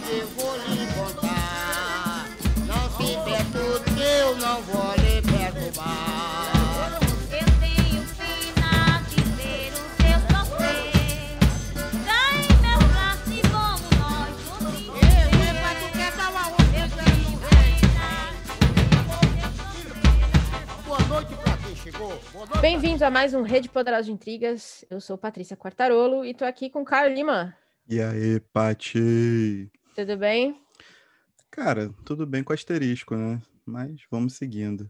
eu vou lhe contar. Não se perturbe, eu não vou lhe perturbar. Eu tenho pena de ver o seu sofrer. Cai em meu braço e como nós vamos viver. Mas tu quer dar uma outra? Eu tenho pena de ver o seu sofrer. Boa noite pra quem chegou. Boa noite. Bem-vindos a mais um Rede Poderosa de Intrigas. Eu sou Patrícia Quartarolo e tô aqui com o Caio Lima. E aí, Pati? Tudo bem? Cara, tudo bem com asterisco, né? Mas vamos seguindo.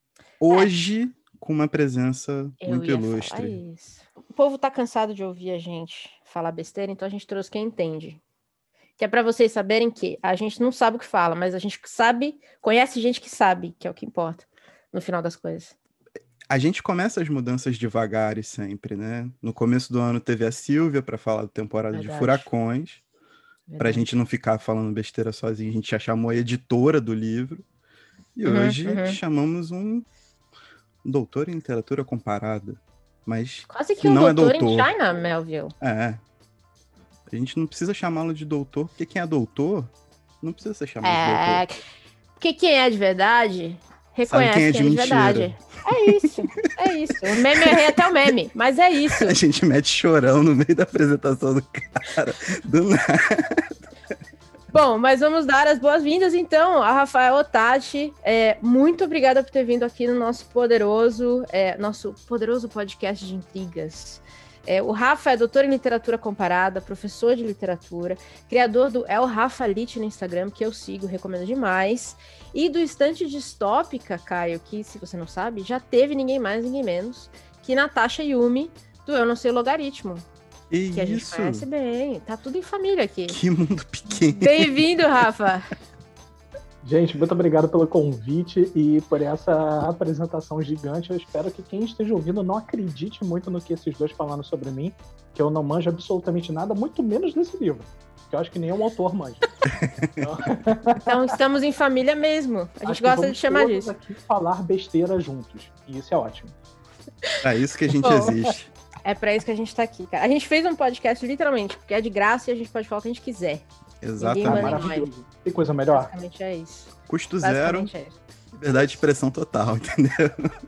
Hoje, com uma presença muito ia falar ilustre. isso. O povo tá cansado de ouvir a gente falar besteira, então a gente trouxe quem entende. Que é pra vocês saberem que a gente não sabe o que fala, mas a gente sabe, conhece gente que sabe, que é o que importa no final das coisas. A gente começa as mudanças devagar e sempre, né? No começo do ano teve a Silvia para falar da temporada Verdade. de Furacões, pra gente não ficar falando besteira sozinho. A gente já chamou a editora do livro. E hoje chamamos um doutor em literatura comparada. Mas Quase que um não é doutor em doutor. China, Melville. É. A gente não precisa chamá-lo de doutor, porque quem é doutor não precisa ser chamado de doutor. Porque quem é de verdade reconhece Sabe quem é de mentira. verdade. É isso, é isso. O meme, eu errei até o meme, mas é isso. A gente mete chorão no meio da apresentação do cara. Do nada. Bom, mas vamos dar as boas-vindas, então, a Rafael Otati. Muito obrigada por ter vindo aqui no nosso poderoso podcast de intrigas. O Rafa é doutor em literatura comparada, professor de literatura, criador do El Rafa Lit no Instagram, que eu sigo, recomendo demais, e do Estante Distópica, Caio, que, se você não sabe, já teve ninguém mais, ninguém menos, que Natasha Yumi, do Eu Não Sei Logaritmo. Que a gente conhece bem, tá tudo em família aqui. Que mundo pequeno. Bem-vindo, Rafa! Gente, muito obrigado pelo convite e por essa apresentação gigante. Eu espero que quem esteja ouvindo não acredite muito no que esses dois falaram sobre mim, que eu não manjo absolutamente nada, muito menos desse livro, que eu acho que nenhum autor manja. Então estamos em família mesmo. A gente Acho que gosta de vamos chamar todos disso. aqui falar besteira juntos, e isso é ótimo. É isso que a gente Bom. existe. É pra isso que a gente tá aqui, cara. A gente fez um podcast literalmente, porque é de graça e a gente pode falar o que a gente quiser. Exatamente. Ninguém manda. Maravilhoso. Tem coisa melhor? Basicamente é isso. Custo zero, Basicamente é isso. liberdade de expressão total, entendeu?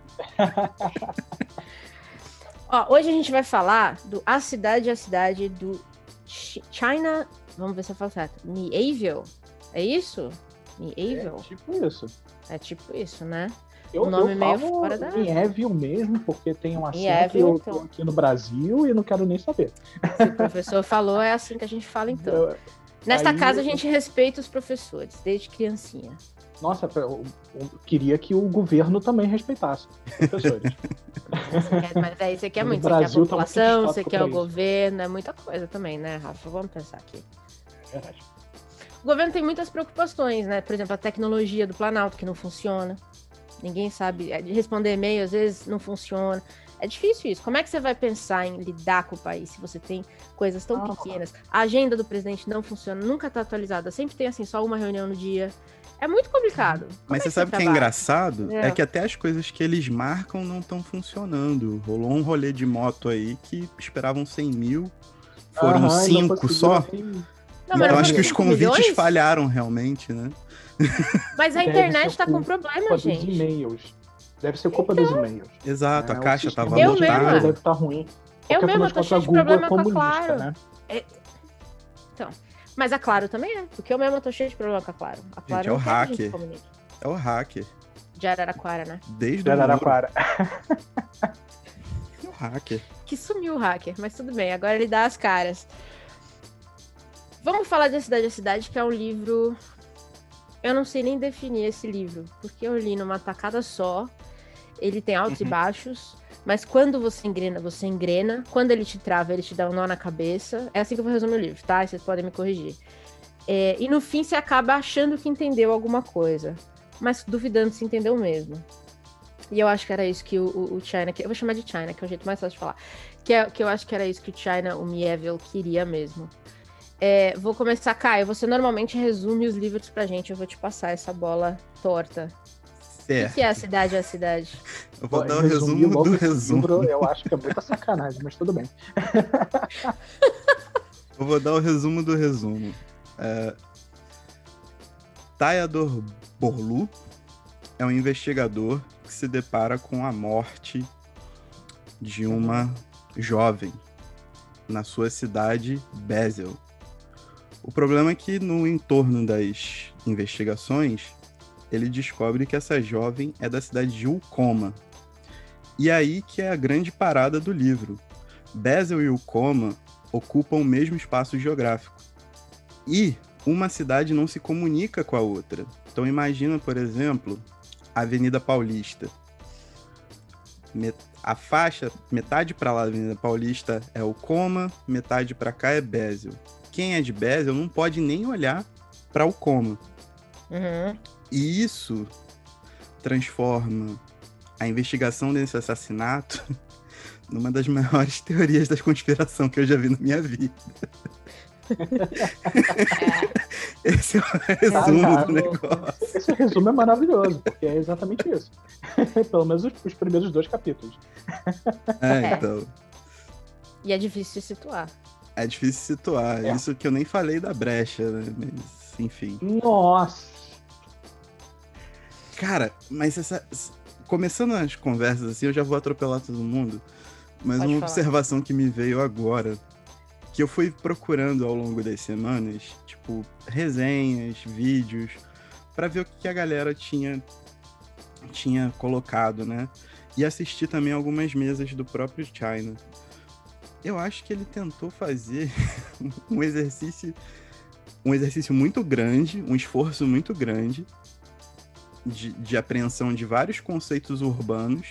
Ó, hoje a gente vai falar do A Cidade do China... Vamos ver se eu falo certo. Mieville? É isso? Mieville? É tipo isso, né? Eu nome meio falo fora da- em Evil mesmo, porque tem um acento que Mieville, eu então. tô aqui no Brasil e não quero nem saber. Se o professor falou, é assim que a gente fala então. Nesta Aí casa a eu- gente respeita os professores, desde criancinha. Nossa, eu queria que o governo também respeitasse os professores. Mas aí você quer No muito, você quer a Brasil tá muito população, você distópico quer pra o isso. governo, é muita coisa também, né, Rafa? Vamos pensar aqui. É verdade. O governo tem muitas preocupações, né? Por exemplo, a tecnologia do Planalto, que não funciona. Ninguém sabe responder e-mail, às vezes não funciona. É difícil isso. Como é que você vai pensar em lidar com o país se você tem coisas tão pequenas? A agenda do presidente não funciona, nunca tá atualizada. Sempre tem, assim, só uma reunião no dia. É muito complicado. Como Mas é você que sabe o que é trabalha? engraçado? É. É que até as coisas que eles marcam não estão funcionando. Rolou um rolê de moto aí que esperavam 100 mil, foram Aham, e não 5 só. conseguiram nem- Não, mas Então não acho que foi os 5 convites milhões? falharam realmente, né? Mas a Deve internet ser tá com culpa problema, dos gente. e-mails. Deve ser culpa dos e-mails. Exato, a O caixa sistema tava Eu do mesma. Google lotada. deve estar ruim. Eu Porque, mesma afinal tô de cheia de contas, a Google problema com a comunista, Claro. né? Então, mas a Claro também é, porque eu mesma tô cheia de problema com a Claro. A Claro Gente, é o não quer que a gente hacker. comunique. É o hacker. De Araraquara, né? Desde o muro. Araraquara. É o hacker. Que sumiu o hacker, mas tudo bem, agora ele dá as caras. Vamos falar de A Cidade, que é um livro... Eu não sei nem definir esse livro, porque eu li numa tacada só. Ele tem altos e baixos, mas quando você engrena, você engrena. Quando ele te trava, ele te dá um nó na cabeça. É assim que eu vou resumir o livro, tá? E vocês podem me corrigir. E no fim, você acaba achando que entendeu alguma coisa, mas duvidando se entendeu mesmo. E eu acho que era isso que o China... Eu vou chamar de China, que é o jeito mais fácil de falar. Que eu acho que era isso que o China, o Mieville, queria mesmo. Vou começar, Caio. Você normalmente resume os livros pra gente. Eu vou te passar essa bola torta. Certo. O que é A Cidade, Eu vou dar o Resumir resumo logo do esse resumo. livro, eu acho que é muita sacanagem, mas tudo bem. Eu vou dar o resumo do resumo. Theodore Bourlou é um investigador que se depara com a morte de uma jovem na sua cidade, Basel. O problema é que no entorno das investigações, ele descobre que essa jovem é da cidade de Ulcoma. E aí que é a grande parada do livro. Basel e Ulcoma ocupam o mesmo espaço geográfico. E uma cidade não se comunica com a outra. Então imagina, por exemplo, a Avenida Paulista. A faixa, metade para lá da Avenida Paulista é Ulcoma, metade para cá é Basel. Quem é de Basel não pode nem olhar para Ulcoma. Uhum. E isso transforma a investigação desse assassinato numa das maiores teorias da conspiração que eu já vi na minha vida. Esse é o resumo do negócio. Esse resumo é maravilhoso, porque é exatamente isso. Pelo menos os primeiros 2 capítulos. Então. E é difícil se situar. É difícil situar. Isso que eu nem falei da brecha, né? Mas, enfim. Nossa! Cara, mas começando as conversas assim, eu já vou atropelar todo mundo. Mas Pode uma falar. observação que me veio agora, que eu fui procurando ao longo das semanas, tipo, resenhas, vídeos, pra ver o que a galera tinha colocado, né? E assistir também algumas mesas do próprio China. Eu acho que ele tentou fazer um exercício muito grande, um esforço muito grande de apreensão de vários conceitos urbanos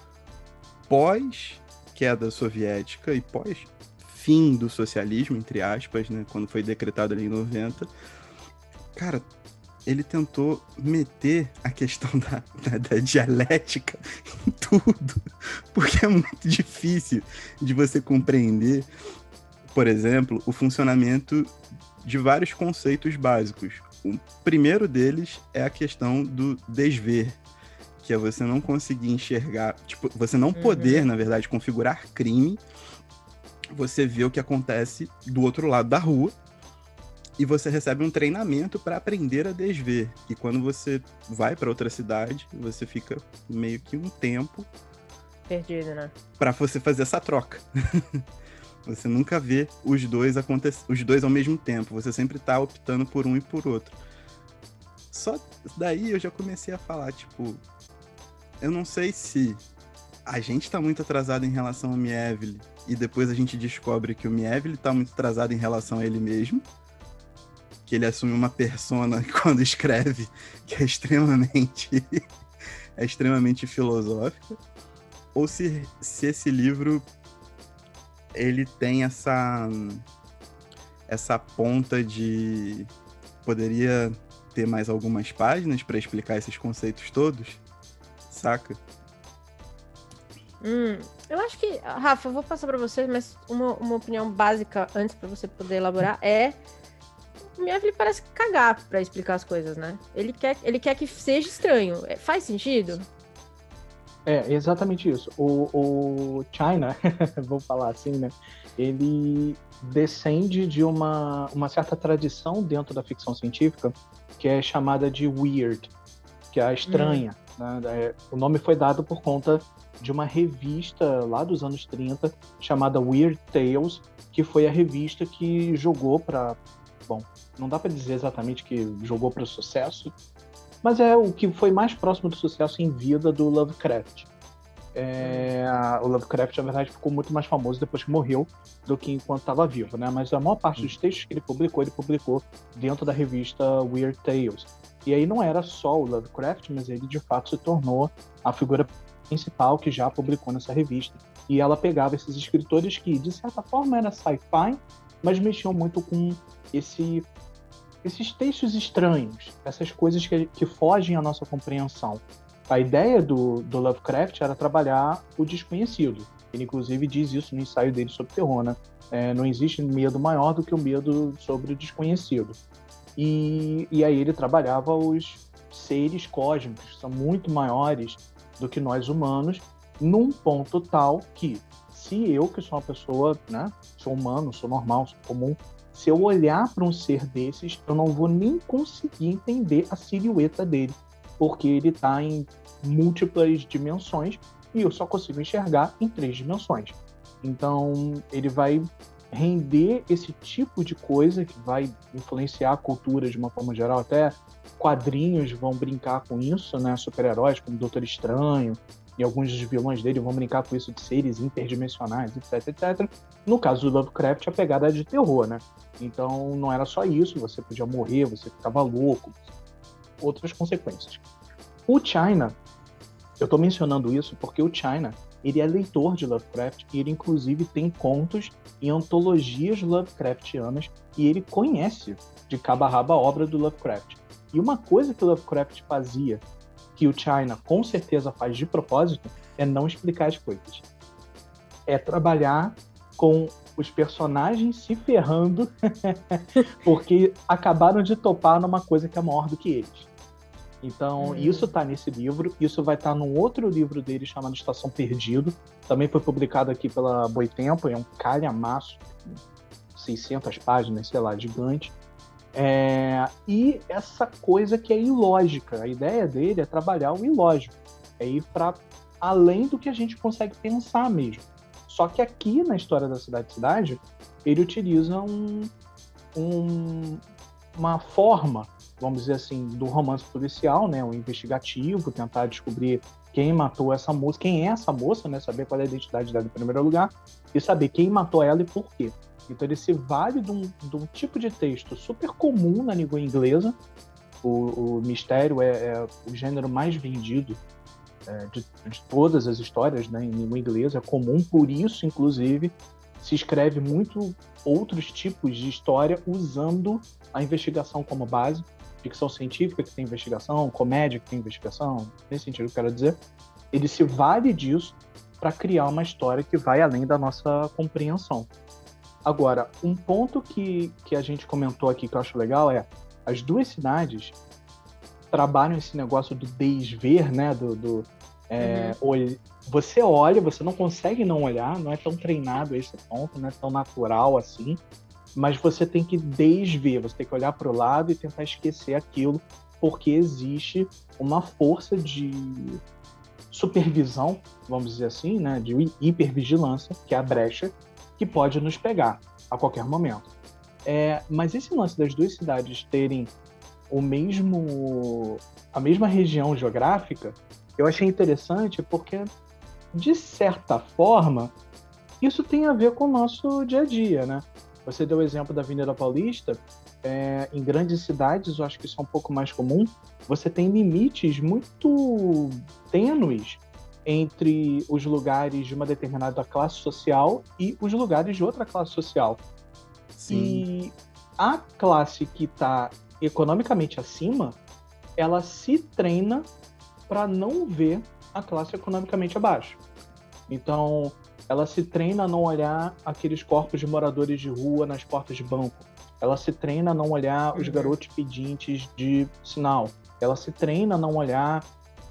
pós-queda soviética e pós-fim do socialismo, entre aspas, né, quando foi decretado ali em 90. Cara, ele tentou meter a questão da dialética em tudo, porque é muito difícil de você compreender, por exemplo, o funcionamento de vários conceitos básicos. O primeiro deles é a questão do desver, que é você não conseguir enxergar, tipo, você não poder, na verdade, configurar crime, você vê o que acontece do outro lado da rua, e você recebe um treinamento para aprender a desver. E quando você vai para outra cidade, você fica meio que um tempo Perdido, né? para você fazer essa troca. Você nunca vê os dois ao mesmo tempo. Você sempre tá optando por um e por outro. Só daí eu já comecei a falar, tipo, eu não sei se a gente tá muito atrasado em relação ao Mieville e depois a gente descobre que o Mieville tá muito atrasado em relação a ele mesmo, que ele assume uma persona quando escreve que é extremamente filosófica, ou se esse livro ele tem essa ponta de poderia ter mais algumas páginas para explicar esses conceitos todos, saca? Eu acho que, Rafa, eu vou passar para vocês, mas uma opinião básica antes para você poder elaborar é o Mieville parece cagar para explicar as coisas, né? Ele quer que seja estranho. Faz sentido? É, exatamente isso. O China, vou falar assim, né? Ele descende de uma certa tradição dentro da ficção científica que é chamada de weird, que é a estranha. Né? O nome foi dado por conta de uma revista lá dos anos 30 chamada Weird Tales, que foi a revista que jogou para... Bom, não dá para dizer exatamente que jogou para o sucesso, mas é o que foi mais próximo do sucesso em vida do Lovecraft. O Lovecraft, na verdade, ficou muito mais famoso depois que morreu do que enquanto estava vivo, né? Mas a maior parte dos textos que ele publicou dentro da revista Weird Tales. E aí não era só o Lovecraft, mas ele de fato se tornou a figura principal que já publicou nessa revista. E ela pegava esses escritores que, de certa forma, era sci-fi, mas mexiam muito com esses textos estranhos, essas coisas que fogem à nossa compreensão. A ideia do Lovecraft era trabalhar o desconhecido. Ele, inclusive, diz isso no ensaio dele sobre terror, né? Não existe medo maior do que o medo sobre o desconhecido. E aí ele trabalhava os seres cósmicos, que são muito maiores do que nós humanos, num ponto tal que, se eu, que sou uma pessoa, né, sou humano, sou normal, sou comum, se eu olhar para um ser desses, eu não vou nem conseguir entender a silhueta dele, porque ele está em múltiplas dimensões e eu só consigo enxergar em 3 dimensões. Então, ele vai render esse tipo de coisa que vai influenciar a cultura de uma forma geral. Até quadrinhos vão brincar com isso, né? Super-heróis como Doutor Estranho e alguns dos vilões dele vão brincar com isso de seres interdimensionais, etc, etc. No caso do Lovecraft, a pegada é de terror, né? Então, não era só isso. Você podia morrer, você ficava louco, outras consequências. O China, eu tô mencionando isso porque o China, ele é leitor de Lovecraft e ele, inclusive, tem contos em antologias Lovecraftianas e ele conhece de cabo a rabo a obra do Lovecraft. E uma coisa que o Lovecraft fazia, que o China com certeza faz de propósito, é não explicar as coisas. É trabalhar com os personagens se ferrando porque acabaram de topar numa coisa que é maior do que eles. Então, isso tá nesse livro. Isso vai estar num outro livro dele chamado Estação Perdido. Também foi publicado aqui pela Boitempo. É um calhamaço, 600 páginas, sei lá, gigante. E essa coisa que é ilógica. A ideia dele é trabalhar o ilógico. É ir para além do que a gente consegue pensar mesmo. Só que aqui, na História da Cidade, ele utiliza uma forma, vamos dizer assim, do romance policial, né, o investigativo, tentar descobrir quem matou essa moça, quem é essa moça, né, saber qual é a identidade dela em primeiro lugar, e saber quem matou ela e por quê. Então ele se vale de um tipo de texto super comum na língua inglesa. O mistério é o gênero mais vendido de todas as histórias, né, em língua inglesa, é comum, por isso, inclusive, se escreve muito outros tipos de história usando a investigação como base. Ficção científica que tem investigação, comédia que tem investigação, nesse sentido que eu quero dizer. Ele se vale disso para criar uma história que vai além da nossa compreensão. Agora, um ponto que a gente comentou aqui que eu acho legal é as 2 cidades trabalham esse negócio do desver, né? Você olha, você não consegue não olhar, não é tão treinado a esse ponto, não é tão natural assim, mas você tem que desver, você tem que olhar para o lado e tentar esquecer aquilo, porque existe uma força de supervisão, vamos dizer assim, né, de hipervigilância, que é a brecha, que pode nos pegar a qualquer momento. Mas esse lance das 2 cidades terem a mesma região geográfica, eu achei interessante porque, de certa forma, isso tem a ver com o nosso dia a dia, né? Você deu o exemplo da Avenida Paulista. Em grandes cidades, eu acho que isso é um pouco mais comum, você tem limites muito tênues entre os lugares de uma determinada classe social e os lugares de outra classe social. Sim. E a classe que está economicamente acima, ela se treina para não ver a classe economicamente abaixo. Então, ela se treina a não olhar aqueles corpos de moradores de rua nas portas de banco. Ela se treina a não olhar os garotos pedintes de sinal. Ela se treina a não olhar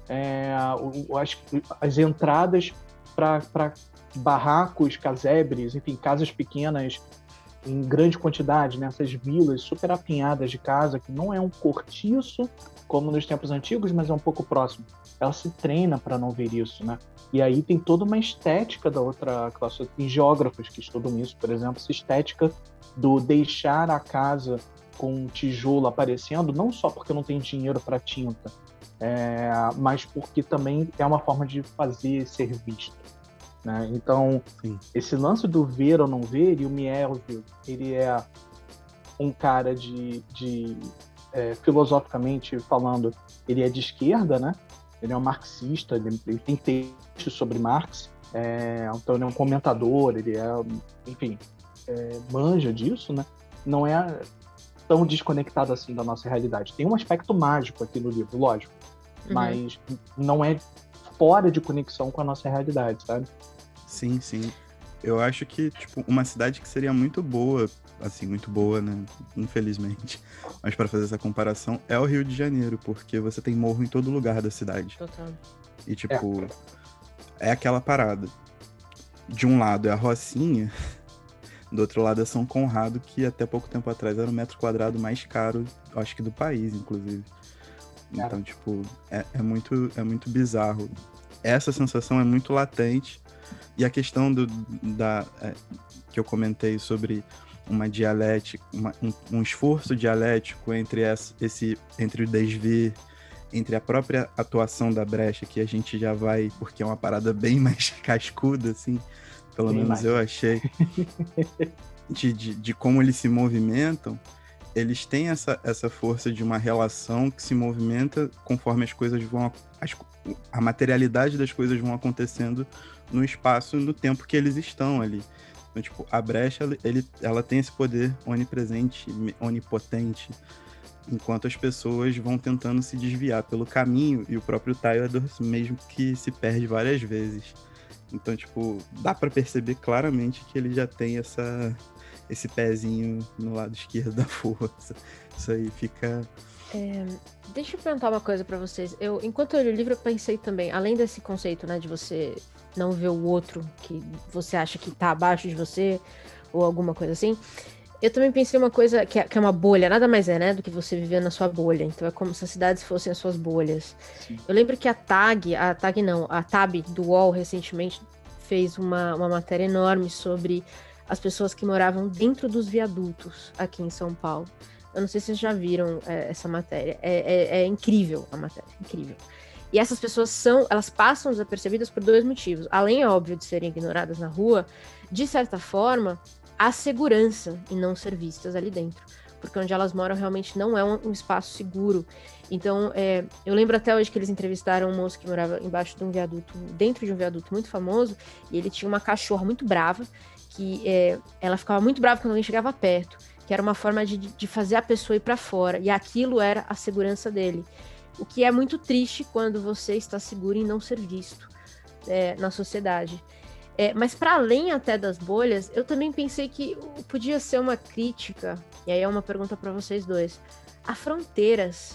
as entradas para barracos, casebres, enfim, casas pequenas em grande quantidade, nessas vilas super apinhadas de casa, que não é um cortiço como nos tempos antigos, mas é um pouco próximo. Ela se treina para não ver isso, né? E aí tem toda uma estética da outra classe. Tem geógrafos que estudam isso, por exemplo, essa estética do deixar a casa com um tijolo aparecendo, não só porque não tem dinheiro para tinta, mas porque também é uma forma de fazer ser visto, né? Então, sim, esse lance do ver ou não ver, e o Mielville, ele é um cara filosoficamente falando, ele é de esquerda, né? Ele é um marxista, ele tem textos sobre Marx, então ele é um comentador, ele enfim, manja disso, né? Não é tão desconectado assim da nossa realidade. Tem um aspecto mágico aqui no livro, lógico, mas não é fora de conexão com a nossa realidade, sabe? Sim, sim. Eu acho que, tipo, uma cidade que seria muito boa, assim, muito boa, né? Infelizmente. Mas para fazer essa comparação, é o Rio de Janeiro, porque você tem morro em todo lugar da cidade. Total. E, tipo, é aquela parada. De um lado é a Rocinha, Do outro lado é São Conrado, que até pouco tempo atrás era o metro quadrado mais caro, acho que do país, inclusive. Então, tipo, é muito bizarro. Essa sensação é muito latente. E a questão que eu comentei sobre uma dialética, um esforço dialético entre entre o desver, entre a própria atuação da Brecha, que a gente já vai, porque é uma parada bem mais cascuda, assim, pelo menos eu achei, de como eles se movimentam. Eles têm essa força de uma relação que se movimenta conforme as coisas vão... A materialidade das coisas vão acontecendo no espaço, no tempo que eles estão ali. Então, tipo, a Brecha, ela tem esse poder onipresente, onipotente, enquanto as pessoas vão tentando se desviar pelo caminho, e o próprio Tyler mesmo que se perde várias vezes. Então, tipo, dá pra perceber claramente que ele já tem esse pezinho no lado esquerdo da força. Isso aí fica... Deixa eu perguntar uma coisa pra vocês. Enquanto eu li o livro, eu pensei também, além desse conceito, né, de você não ver o outro que você acha que tá abaixo de você, ou alguma coisa assim, eu também pensei uma coisa que é uma bolha, nada mais né, do que você viver na sua bolha. Então é como se as cidades fossem as suas bolhas. Sim. Eu lembro que a Tab do UOL recentemente fez uma matéria enorme sobre as pessoas que moravam dentro dos viadutos aqui em São Paulo. Eu não sei se vocês já viram essa matéria. É incrível a matéria, incrível. E essas pessoas elas passam desapercebidas por dois motivos. Além, óbvio, de serem ignoradas na rua, de certa forma, há segurança em não ser vistas ali dentro. Porque onde elas moram realmente não é um espaço seguro. Então, eu lembro até hoje que eles entrevistaram um moço que morava embaixo de um viaduto, dentro de um viaduto muito famoso, e ele tinha uma cachorra muito brava, que ela ficava muito brava quando alguém chegava perto, que era uma forma de fazer a pessoa ir para fora, e aquilo era a segurança dele. O que é muito triste quando você está seguro em não ser visto na sociedade. Mas para além até das bolhas, eu também pensei que podia ser uma crítica, e aí é uma pergunta para vocês dois, a fronteiras.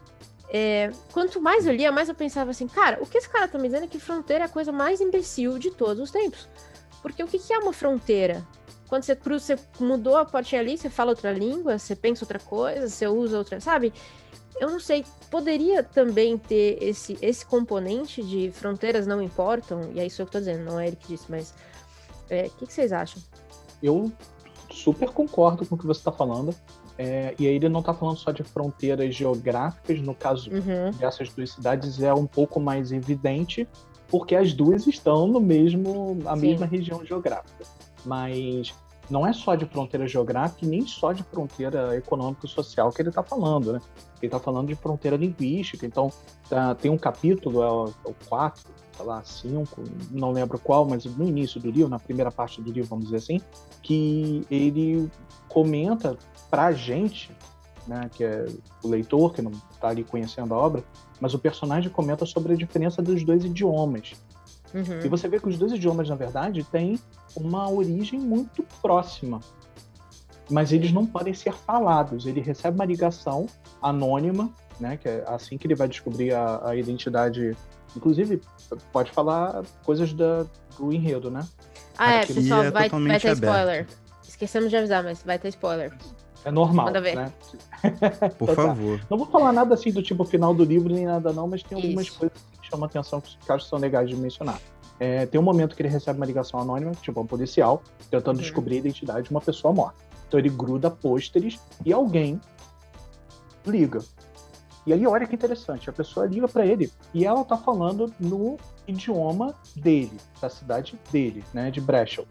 Quanto mais eu lia, mais eu pensava assim, cara, o que esse cara tá me dizendo é que fronteira é a coisa mais imbecil de todos os tempos. Porque o que é uma fronteira? Quando você cruza, você mudou a portinha ali, você fala outra língua, você pensa outra coisa, você usa outra, sabe? Eu não sei, poderia também ter esse componente de fronteiras não importam, e é isso que eu tô dizendo, não é ele que disse, mas o que vocês acham? Eu super concordo com o que você está falando, e aí ele não está falando só de fronteiras geográficas, no caso dessas duas cidades é um pouco mais evidente, porque as duas estão na mesma região geográfica, mas não é só de fronteira geográfica e nem só de fronteira econômica e social que ele está falando, né? Ele está falando de fronteira linguística. Então, tem um capítulo, é o 4, sei lá, 5, não lembro qual, mas no início do livro, na primeira parte do livro, vamos dizer assim, que ele comenta pra gente, né, que é o leitor, que não está ali conhecendo a obra, mas o personagem comenta sobre a diferença dos dois idiomas. E você vê que os dois idiomas, na verdade, têm uma origem muito próxima, mas eles não podem ser falados. Ele recebe uma ligação anônima, né, que é assim que ele vai descobrir a identidade. Inclusive, pode falar coisas do enredo, né? Pessoal, vai ter spoiler. Esquecemos de avisar, mas vai ter spoiler. É normal, Manda ver. Né? Por favor. Não vou falar nada assim do tipo final do livro, nem nada não, mas tem algumas coisas que chamam a atenção, que acho que são legais de mencionar. Tem um momento que ele recebe uma ligação anônima, tipo um policial, tentando descobrir a identidade de uma pessoa morta. Então ele gruda pôsteres e alguém liga. E aí, olha que interessante, a pessoa liga para ele e ela tá falando no idioma dele, da cidade dele, né, de Brecha.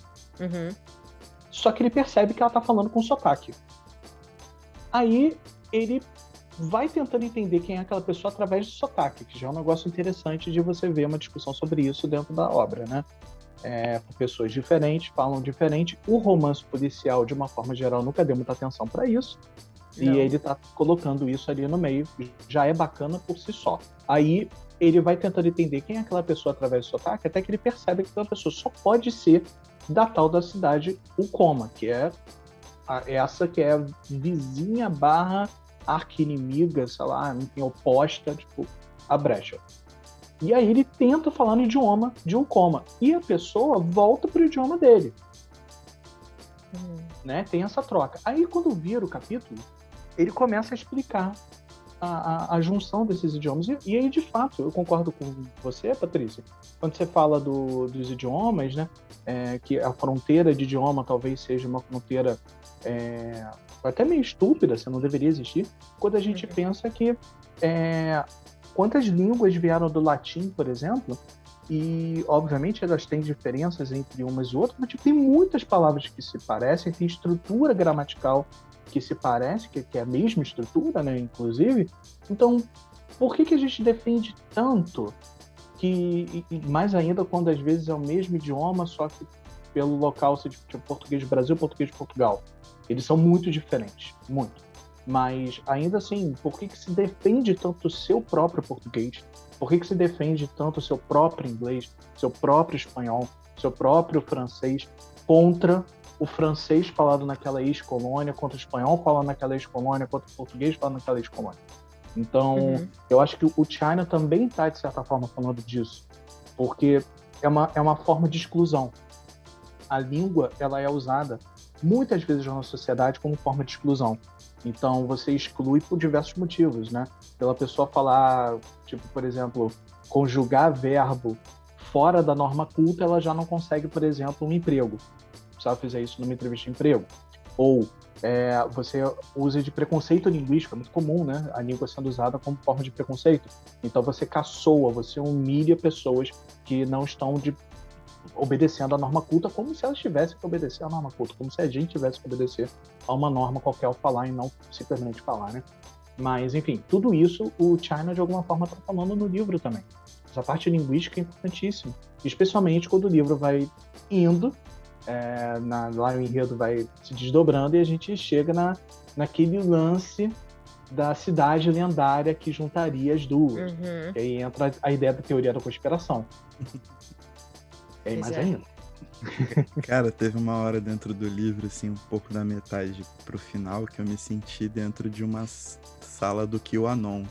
Só que ele percebe que ela tá falando com sotaque. Aí ele vai tentando entender quem é aquela pessoa através do sotaque, que já é um negócio interessante de você ver uma discussão sobre isso dentro da obra, né? Pessoas diferentes, falam diferente. O romance policial, de uma forma geral, nunca deu muita atenção para isso. Não. E ele tá colocando isso ali no meio. Já é bacana por si só. Aí ele vai tentando entender quem é aquela pessoa através do sotaque, até que ele percebe que aquela pessoa só pode ser da tal da cidade Ukoma, que é essa que é vizinha / arqui-inimiga, sei lá, enfim, oposta, tipo, a Brecha. E aí ele tenta falar no idioma de Ukoma. E a pessoa volta pro idioma dele. Né? Tem essa troca. Aí, quando vira o capítulo, ele começa a explicar a junção desses idiomas. E aí, de fato, eu concordo com você, Patrícia, quando você fala dos idiomas, né? Que a fronteira de idioma talvez seja uma fronteira até meio estúpida, se não deveria existir, quando a gente pensa que quantas línguas vieram do latim, por exemplo, e obviamente elas têm diferenças entre umas e outras, mas tem muitas palavras que se parecem, tem estrutura gramatical que se parece, que é a mesma estrutura, né, inclusive. Então, por que a gente defende tanto que, e mais ainda quando às vezes é o mesmo idioma, só que pelo local, se tipo português do Brasil, português de Portugal, eles são muito diferentes, muito. Mas ainda assim, por que se defende tanto o seu próprio português? Por que se defende tanto o seu próprio inglês, seu próprio espanhol, seu próprio francês contra o francês falado naquela ex-colônia, contra o espanhol falado naquela ex-colônia, contra o português falado naquela ex-colônia? Então, eu acho que o China também está, de certa forma, falando disso, porque é uma forma de exclusão. A língua, ela é usada muitas vezes na sociedade como forma de exclusão. Então, você exclui por diversos motivos, né? Pela pessoa falar, tipo, por exemplo, conjugar verbo fora da norma culta, ela já não consegue, por exemplo, um emprego. Se ela fizer isso numa entrevista de emprego. Ou você usa de preconceito linguístico, é muito comum, né? A língua sendo usada como forma de preconceito. Então, você caçoa, você humilha pessoas que não estão obedecendo a norma culta, como se elas tivessem que obedecer a norma culta, como se a gente tivesse que obedecer a uma norma qualquer ao falar e não simplesmente falar, né? Mas, enfim, tudo isso o China, de alguma forma, está falando no livro também. Essa parte linguística é importantíssima, especialmente quando o livro vai indo, lá o enredo vai se desdobrando e a gente chega naquele lance da cidade lendária que juntaria as duas. E aí entra a ideia da teoria da conspiração. E aí mais ainda. Cara, teve uma hora dentro do livro, assim, um pouco da metade pro final, que eu me senti dentro de uma sala do QAnon.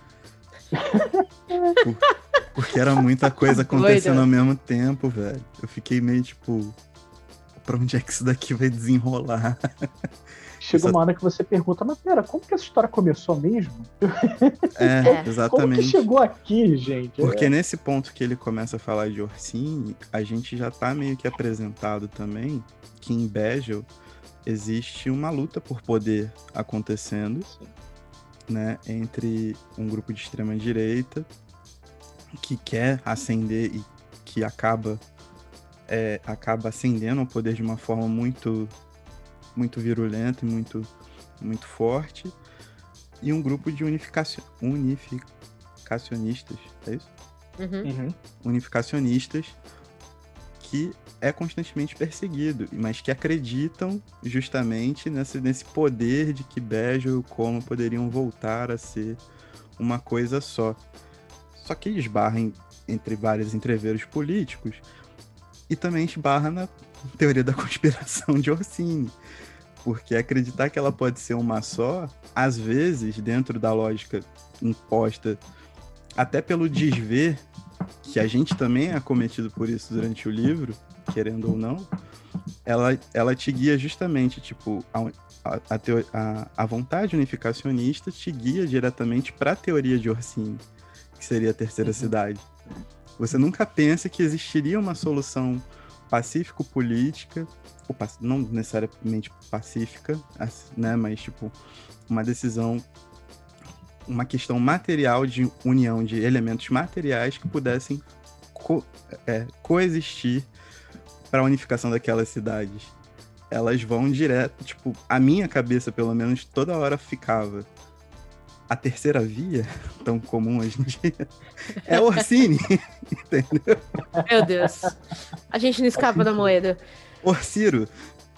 Porque era muita coisa acontecendo ao mesmo tempo, velho. Eu fiquei meio tipo, pra onde é que isso daqui vai desenrolar? Chega uma hora que você pergunta, mas pera, como que essa história começou mesmo? Exatamente. Como que chegou aqui, gente? Porque nesse ponto que ele começa a falar de Orsini, a gente já tá meio que apresentado também que em Bejel existe uma luta por poder acontecendo, né, entre um grupo de extrema-direita que quer ascender e que acaba ascendendo ao poder de uma forma muito virulenta e muito forte, e um grupo de unificacionistas, é isso? Unificacionistas, que é constantemente perseguido, mas que acreditam justamente nesse poder de que Bejel e o Como poderiam voltar a ser uma coisa só. Só que esbarra entre vários entreveros políticos e também esbarra na teoria da conspiração de Orsini. Porque acreditar que ela pode ser uma só, às vezes, dentro da lógica imposta, até pelo desver, que a gente também é acometido por isso durante o livro, querendo ou não, ela te guia justamente, tipo, a vontade unificacionista te guia diretamente para a teoria de Orsini, que seria a terceira cidade. Você nunca pensa que existiria uma solução pacífico-política, ou não necessariamente pacífica, né, mas tipo, uma decisão, uma questão material de união de elementos materiais que pudessem coexistir para a unificação daquelas cidades. Elas vão direto, tipo, a minha cabeça, pelo menos, toda hora ficava: a terceira via, tão comum hoje em dia, é Orsini, entendeu? Meu Deus. A gente não escapa da moeda. Orsiro.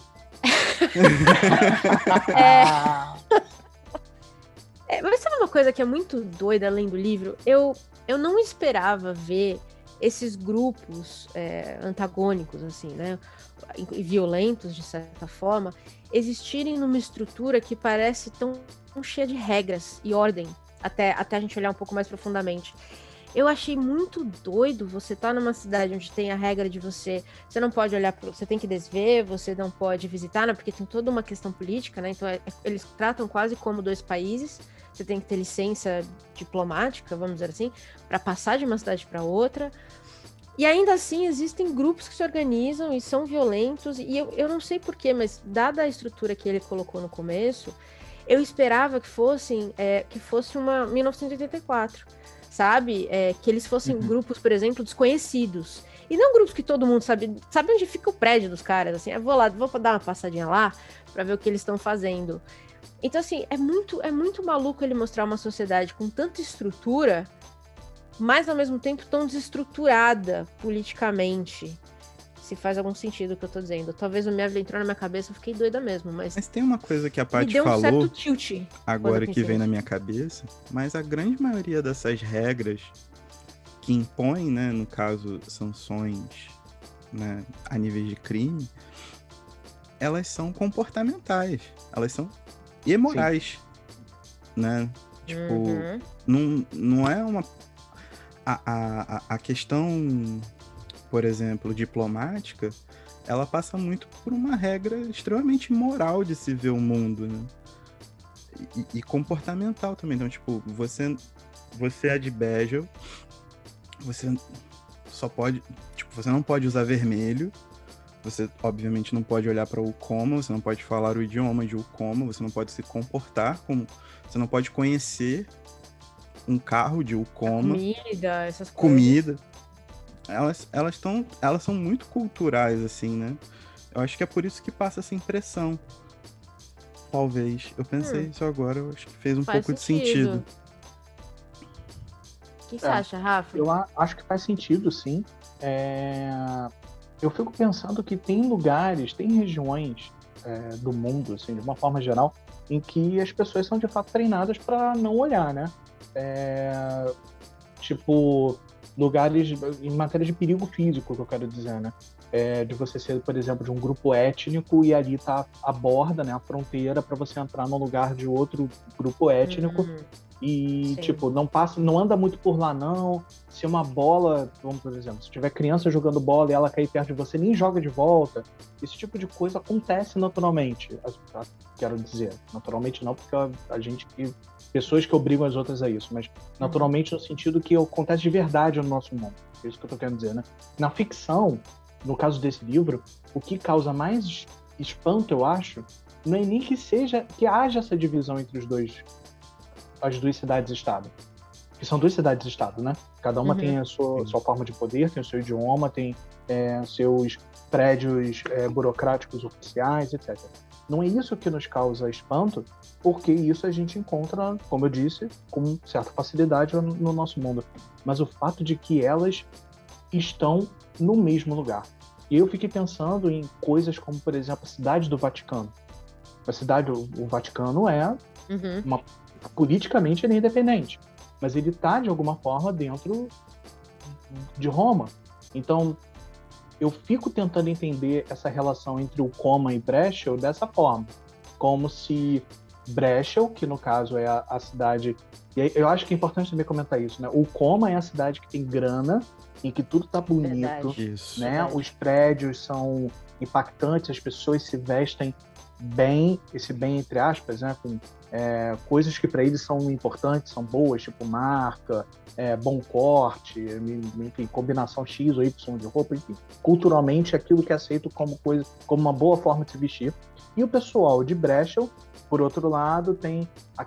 Mas sabe uma coisa que é muito doida além do livro? Eu não esperava ver esses grupos antagônicos, assim, né? E violentos, de certa forma, existirem numa estrutura que parece tão cheia de regras e ordem, até a gente olhar um pouco mais profundamente. Eu achei muito doido você estar numa cidade onde tem a regra de você não pode olhar você tem que desver, você não pode visitar, né? Porque tem toda uma questão política, né? Então eles tratam quase como dois países. Você tem que ter licença diplomática, vamos dizer assim, para passar de uma cidade para outra. E ainda assim existem grupos que se organizam e são violentos. E eu não sei porquê, mas dada a estrutura que ele colocou no começo, eu esperava que fosse uma 1984, sabe? Que eles fossem grupos, por exemplo, desconhecidos. E não grupos que todo mundo sabe onde fica o prédio dos caras, assim. Eu vou dar uma passadinha lá para ver o que eles estão fazendo. Então, assim, é muito maluco ele mostrar uma sociedade com tanta estrutura, mas ao mesmo tempo tão desestruturada politicamente. Se faz algum sentido o que eu tô dizendo. Talvez o Merlin entrou na minha cabeça, eu fiquei doida mesmo, mas tem uma coisa que a Paty deu um falou certo tilt agora que vem na minha cabeça, mas a grande maioria dessas regras que impõem, né, no caso, sanções, né, a níveis de crime, elas são comportamentais, elas são imorais, né? Tipo, não é uma... A questão, por exemplo, diplomática, ela passa muito por uma regra extremamente moral de se ver o mundo, né? E comportamental também. Então, tipo, você é de Bejel, você só pode... Tipo, você não pode usar vermelho, você, obviamente, não pode olhar para o Ukoma, você não pode falar o idioma de Ukoma, você não pode se comportar como... Você não pode conhecer um carro de Ukoma. Comida, essas coisas. Comida. Elas são muito culturais, assim, né? Eu acho que é por isso que passa essa impressão. Talvez. Eu pensei isso agora, eu acho que fez um pouco de sentido. O que você acha, Rafa? Eu acho que faz sentido, sim. Eu fico pensando que tem lugares, tem regiões do mundo, assim, de uma forma geral, em que as pessoas são de fato treinadas para não olhar, né? Tipo, lugares em matéria de perigo físico, que eu quero dizer, né? De você ser, por exemplo, de um grupo étnico e ali tá a borda, né, a fronteira para você entrar num lugar de outro grupo étnico. E, sim, tipo, não anda muito por lá, não. Se uma bola, vamos por exemplo, se tiver criança jogando bola e ela cair perto de você, nem joga de volta. Esse tipo de coisa acontece naturalmente. Quero dizer, naturalmente não, porque pessoas que obrigam as outras a isso, mas naturalmente no sentido que acontece de verdade no nosso mundo. É isso que eu tô querendo dizer, né? Na ficção, no caso desse livro, o que causa mais espanto, eu acho, não é nem que haja essa divisão entre as duas cidades-estado. Que são duas cidades-estado, né? Cada uma tem a sua forma de poder, tem o seu idioma, tem seus prédios burocráticos oficiais, etc. Não é isso que nos causa espanto, porque isso a gente encontra, como eu disse, com certa facilidade no nosso mundo. Mas o fato de que elas estão no mesmo lugar. E eu fiquei pensando em coisas como, por exemplo, a cidade do Vaticano. O Vaticano é politicamente ele é independente, mas ele está de alguma forma dentro de Roma. Então eu fico tentando entender essa relação entre Ukoma e Breschel dessa forma, como se Breschel, que no caso é a cidade, e eu acho que é importante também comentar isso, né? Ukoma é a cidade que tem grana, em que tudo tá bonito, né? Os prédios são impactantes, as pessoas se vestem bem, esse bem entre aspas, né? Com coisas que para eles são importantes, são boas, tipo marca, bom corte, enfim, combinação X ou Y de roupa, enfim, culturalmente aquilo que é aceito como uma boa forma de se vestir. E o pessoal de Breschel, por outro lado, tem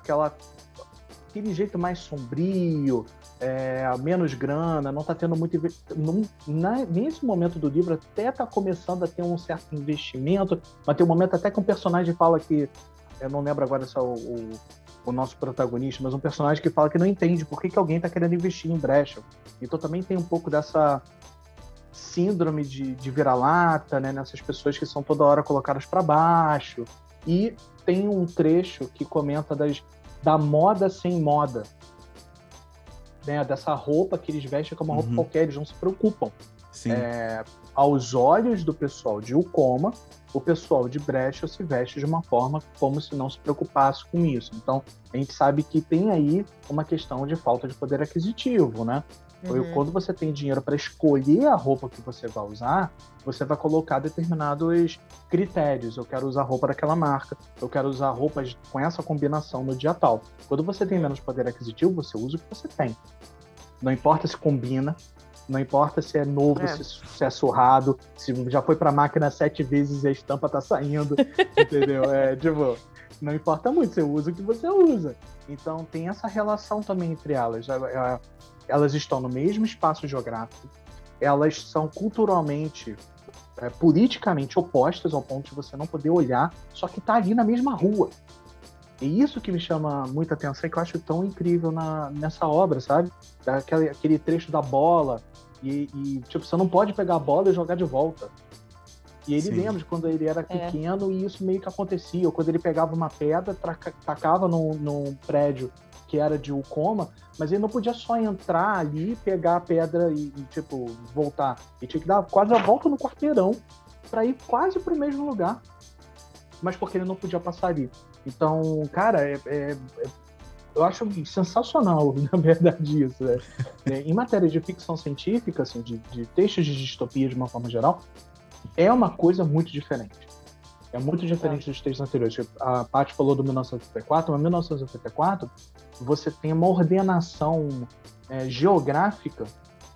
aquele jeito mais sombrio, menos grana, não está tendo muito nesse momento do livro até está começando a ter um certo investimento, mas tem um momento até que um personagem fala que, eu não lembro agora se é o nosso protagonista, mas um personagem que fala que não entende por que alguém está querendo investir em Breschel. Então também tem um pouco dessa síndrome de vira-lata, né, nessas pessoas que são toda hora colocadas para baixo. E tem um trecho que comenta da moda sem moda, né, dessa roupa que eles vestem como uma roupa qualquer, eles não se preocupam. Sim. Aos olhos do pessoal de Ukoma, o pessoal de Brecha se veste de uma forma como se não se preocupasse com isso. Então, a gente sabe que tem aí uma questão de falta de poder aquisitivo, né? Quando você tem dinheiro para escolher a roupa que você vai usar, você vai colocar determinados critérios. Eu quero usar roupa daquela marca, eu quero usar roupas com essa combinação no dia tal. Quando você tem menos poder aquisitivo, você usa o que você tem. Não importa se combina, não importa se é novo, se é surrado, se já foi para a máquina 7 vezes e a estampa tá saindo, entendeu? Tipo, não importa muito, você usa o que você usa. Então tem essa relação também entre elas. Elas estão no mesmo espaço geográfico, elas são culturalmente, politicamente opostas ao ponto de você não poder olhar, só que tá ali na mesma rua. E isso que me chama muita atenção e que eu acho tão incrível nessa obra, sabe? Aquele trecho da bola e tipo, você não pode pegar a bola e jogar de volta. E ele lembra de quando ele era pequeno e isso meio que acontecia. Ou quando ele pegava uma pedra, tacava num prédio que era de Ukoma, mas ele não podia só entrar ali, pegar a pedra e tipo, voltar. Ele tinha que dar quase a volta no quarteirão para ir quase pro mesmo lugar. Mas porque ele não podia passar ali. Então, cara, eu acho sensacional, na verdade, isso. Em matéria de ficção científica, assim, de textos de distopia de uma forma geral, é uma coisa muito diferente. É muito diferente dos textos anteriores. A Paty falou do 1984, mas 1984 você tem uma ordenação geográfica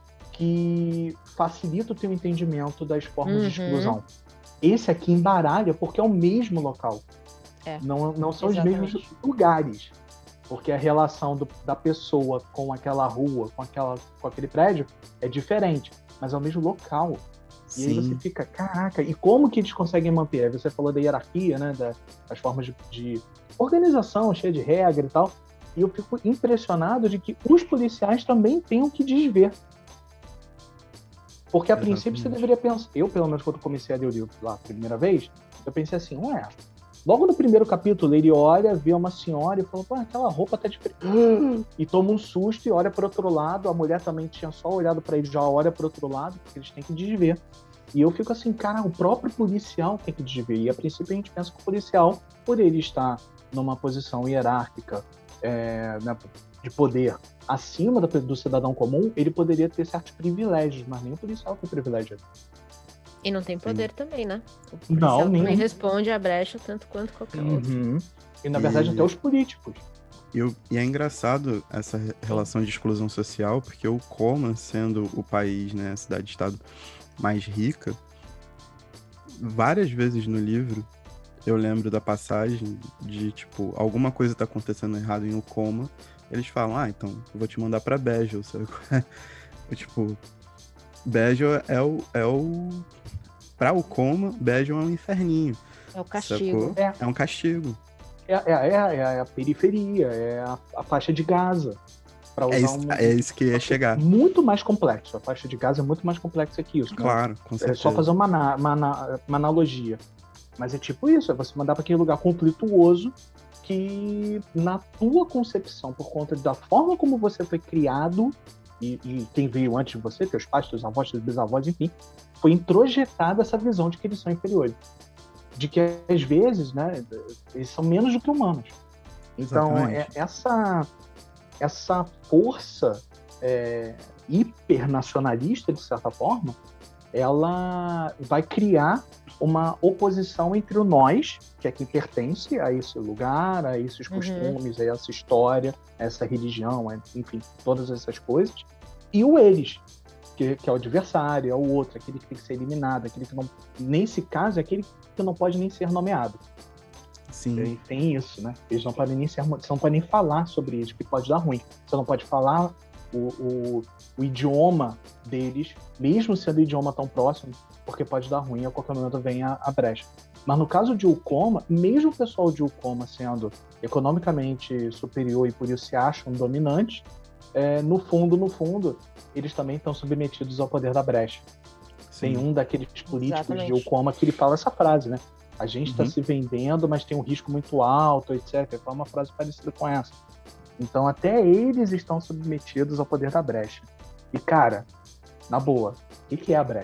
que facilita o teu entendimento das formas de exclusão. Esse aqui embaralha porque é o mesmo local. Não são os mesmos lugares. Porque a relação da pessoa com aquela rua, com aquele prédio, é diferente. Mas é o mesmo local. E aí você fica, caraca, e como que eles conseguem manter? Aí você falou da hierarquia, né? Das formas de organização, cheia de regra e tal. E eu fico impressionado de que os policiais também têm o que desver. Porque a princípio você deveria pensar... Eu, pelo menos, quando comecei a ler o livro lá a primeira vez, eu pensei assim, logo no primeiro capítulo, ele olha, vê uma senhora e fala, pô, aquela roupa tá diferente. E toma um susto e olha pro outro lado. A mulher também tinha só olhado pra ele, já olha pro outro lado, porque eles têm que desver. E eu fico assim, cara, o próprio policial tem que desver. E a princípio a gente pensa que o policial, por ele estar numa posição hierárquica de poder acima do cidadão comum, ele poderia ter certos privilégios, mas nem o policial tem privilégio. E não tem poder também, né? O policial também responde à brecha tanto quanto qualquer outro. E na verdade até os políticos. E é engraçado essa relação de exclusão social, porque o Ukoma, sendo o país, né, a cidade-estado mais rica, várias vezes no livro eu lembro da passagem de, tipo, alguma coisa tá acontecendo errado em Ukoma, eles falam, então eu vou te mandar pra Bejel, sabe? Tipo, Bejel é o... Pra Ukoma, Bejel é um inferninho. É o castigo. É um castigo. É a periferia, é a faixa de Gaza. É isso que ia chegar. Muito mais complexo. A faixa de Gaza é muito mais complexa que isso. Claro, com certeza. É só fazer uma analogia. Mas é tipo isso, é você mandar para aquele lugar conflituoso que, na tua concepção, por conta da forma como você foi criado, e quem veio antes de você, teus pais, teus avós, teus bisavós, enfim, foi introjetada essa visão de que eles são inferiores. De que, às vezes, né, eles são menos do que humanos. Então, essa força hipernacionalista, de certa forma, ela vai criar uma oposição entre o nós, que é quem pertence a esse lugar, a esses costumes, a essa história, a essa religião, enfim, todas essas coisas, e o eles, que é o adversário, é o outro, aquele que tem que ser eliminado, aquele que não, nesse caso, é aquele que não pode nem ser nomeado. Sim. Tem isso, né? Eles não podem nem você não pode nem falar sobre isso, que pode dar ruim. Você não pode falar o idioma deles, mesmo sendo o idioma tão próximo, porque pode dar ruim, a qualquer momento vem a brecha. Mas no caso de Ukoma, mesmo o pessoal de Ukoma sendo economicamente superior e por isso se acham dominantes, no fundo, eles também estão submetidos ao poder da brecha. Sim. Tem um daqueles políticos de Ukoma que ele fala essa frase, né? A gente está se vendendo, mas tem um risco muito alto, etc. É uma frase parecida com essa. Então, até eles estão submetidos ao poder da brecha. E, cara, na boa, o que é a brecha?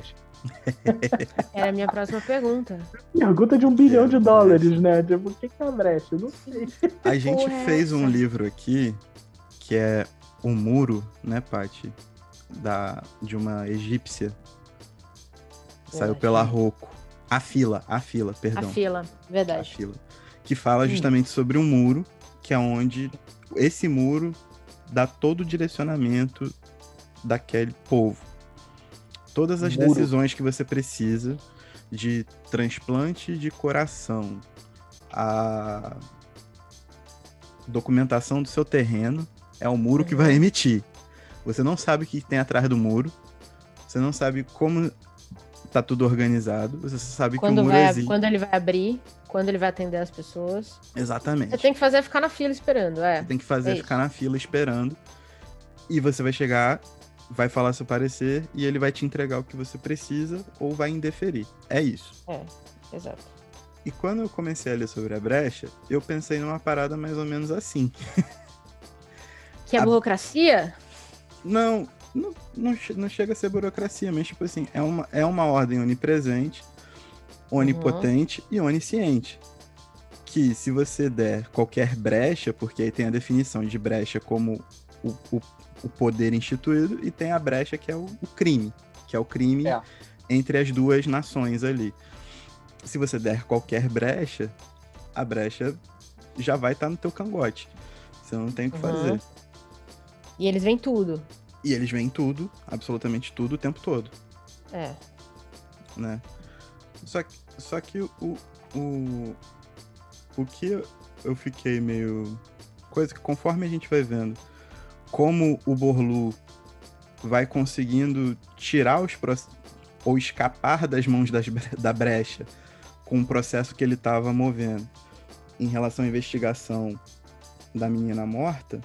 Era a minha próxima pergunta. Pergunta de $1 bilhão, né? Tipo, o que é a brecha? Eu não sei. A gente porra é fez um essa? livro aqui, que é O Muro, né, Paty? De uma egípcia. Saiu Verdade. pela Rocco. A fila, perdão. A fila, A verdade. fila. Que fala justamente sobre um muro, que é onde esse muro dá todo o direcionamento daquele povo. Todas as Muro. decisões que você precisa de transplante de coração, a documentação do seu terreno, é o muro que vai emitir. Você não sabe o que tem atrás do muro, você não sabe como tá tudo organizado, você só sabe que o muro existe. Quando ele vai abrir, quando ele vai atender as pessoas. Exatamente. Você tem que fazer ficar na fila esperando, Você tem que fazer ficar na fila esperando. E você vai chegar, vai falar seu parecer e ele vai te entregar o que você precisa ou vai indeferir. É isso. Exato. E quando eu comecei a ler sobre a brecha, eu pensei numa parada mais ou menos assim. Que é burocracia? Não chega a ser burocracia, mas tipo assim, é uma ordem onipresente, onipotente e onisciente. Que se você der qualquer brecha, porque aí tem a definição de brecha como o poder instituído, e tem a brecha que é o crime, que é o crime entre as duas nações ali. Se você der qualquer brecha, a brecha já vai estar no teu cangote. Você não tem o que fazer. E eles veem tudo. E eles veem tudo, absolutamente tudo, o tempo todo. Né? Só que o que eu fiquei meio... Coisa que conforme a gente vai vendo como o Borlu vai conseguindo tirar ou escapar das mãos da brecha com o processo que ele estava movendo em relação à investigação da menina morta,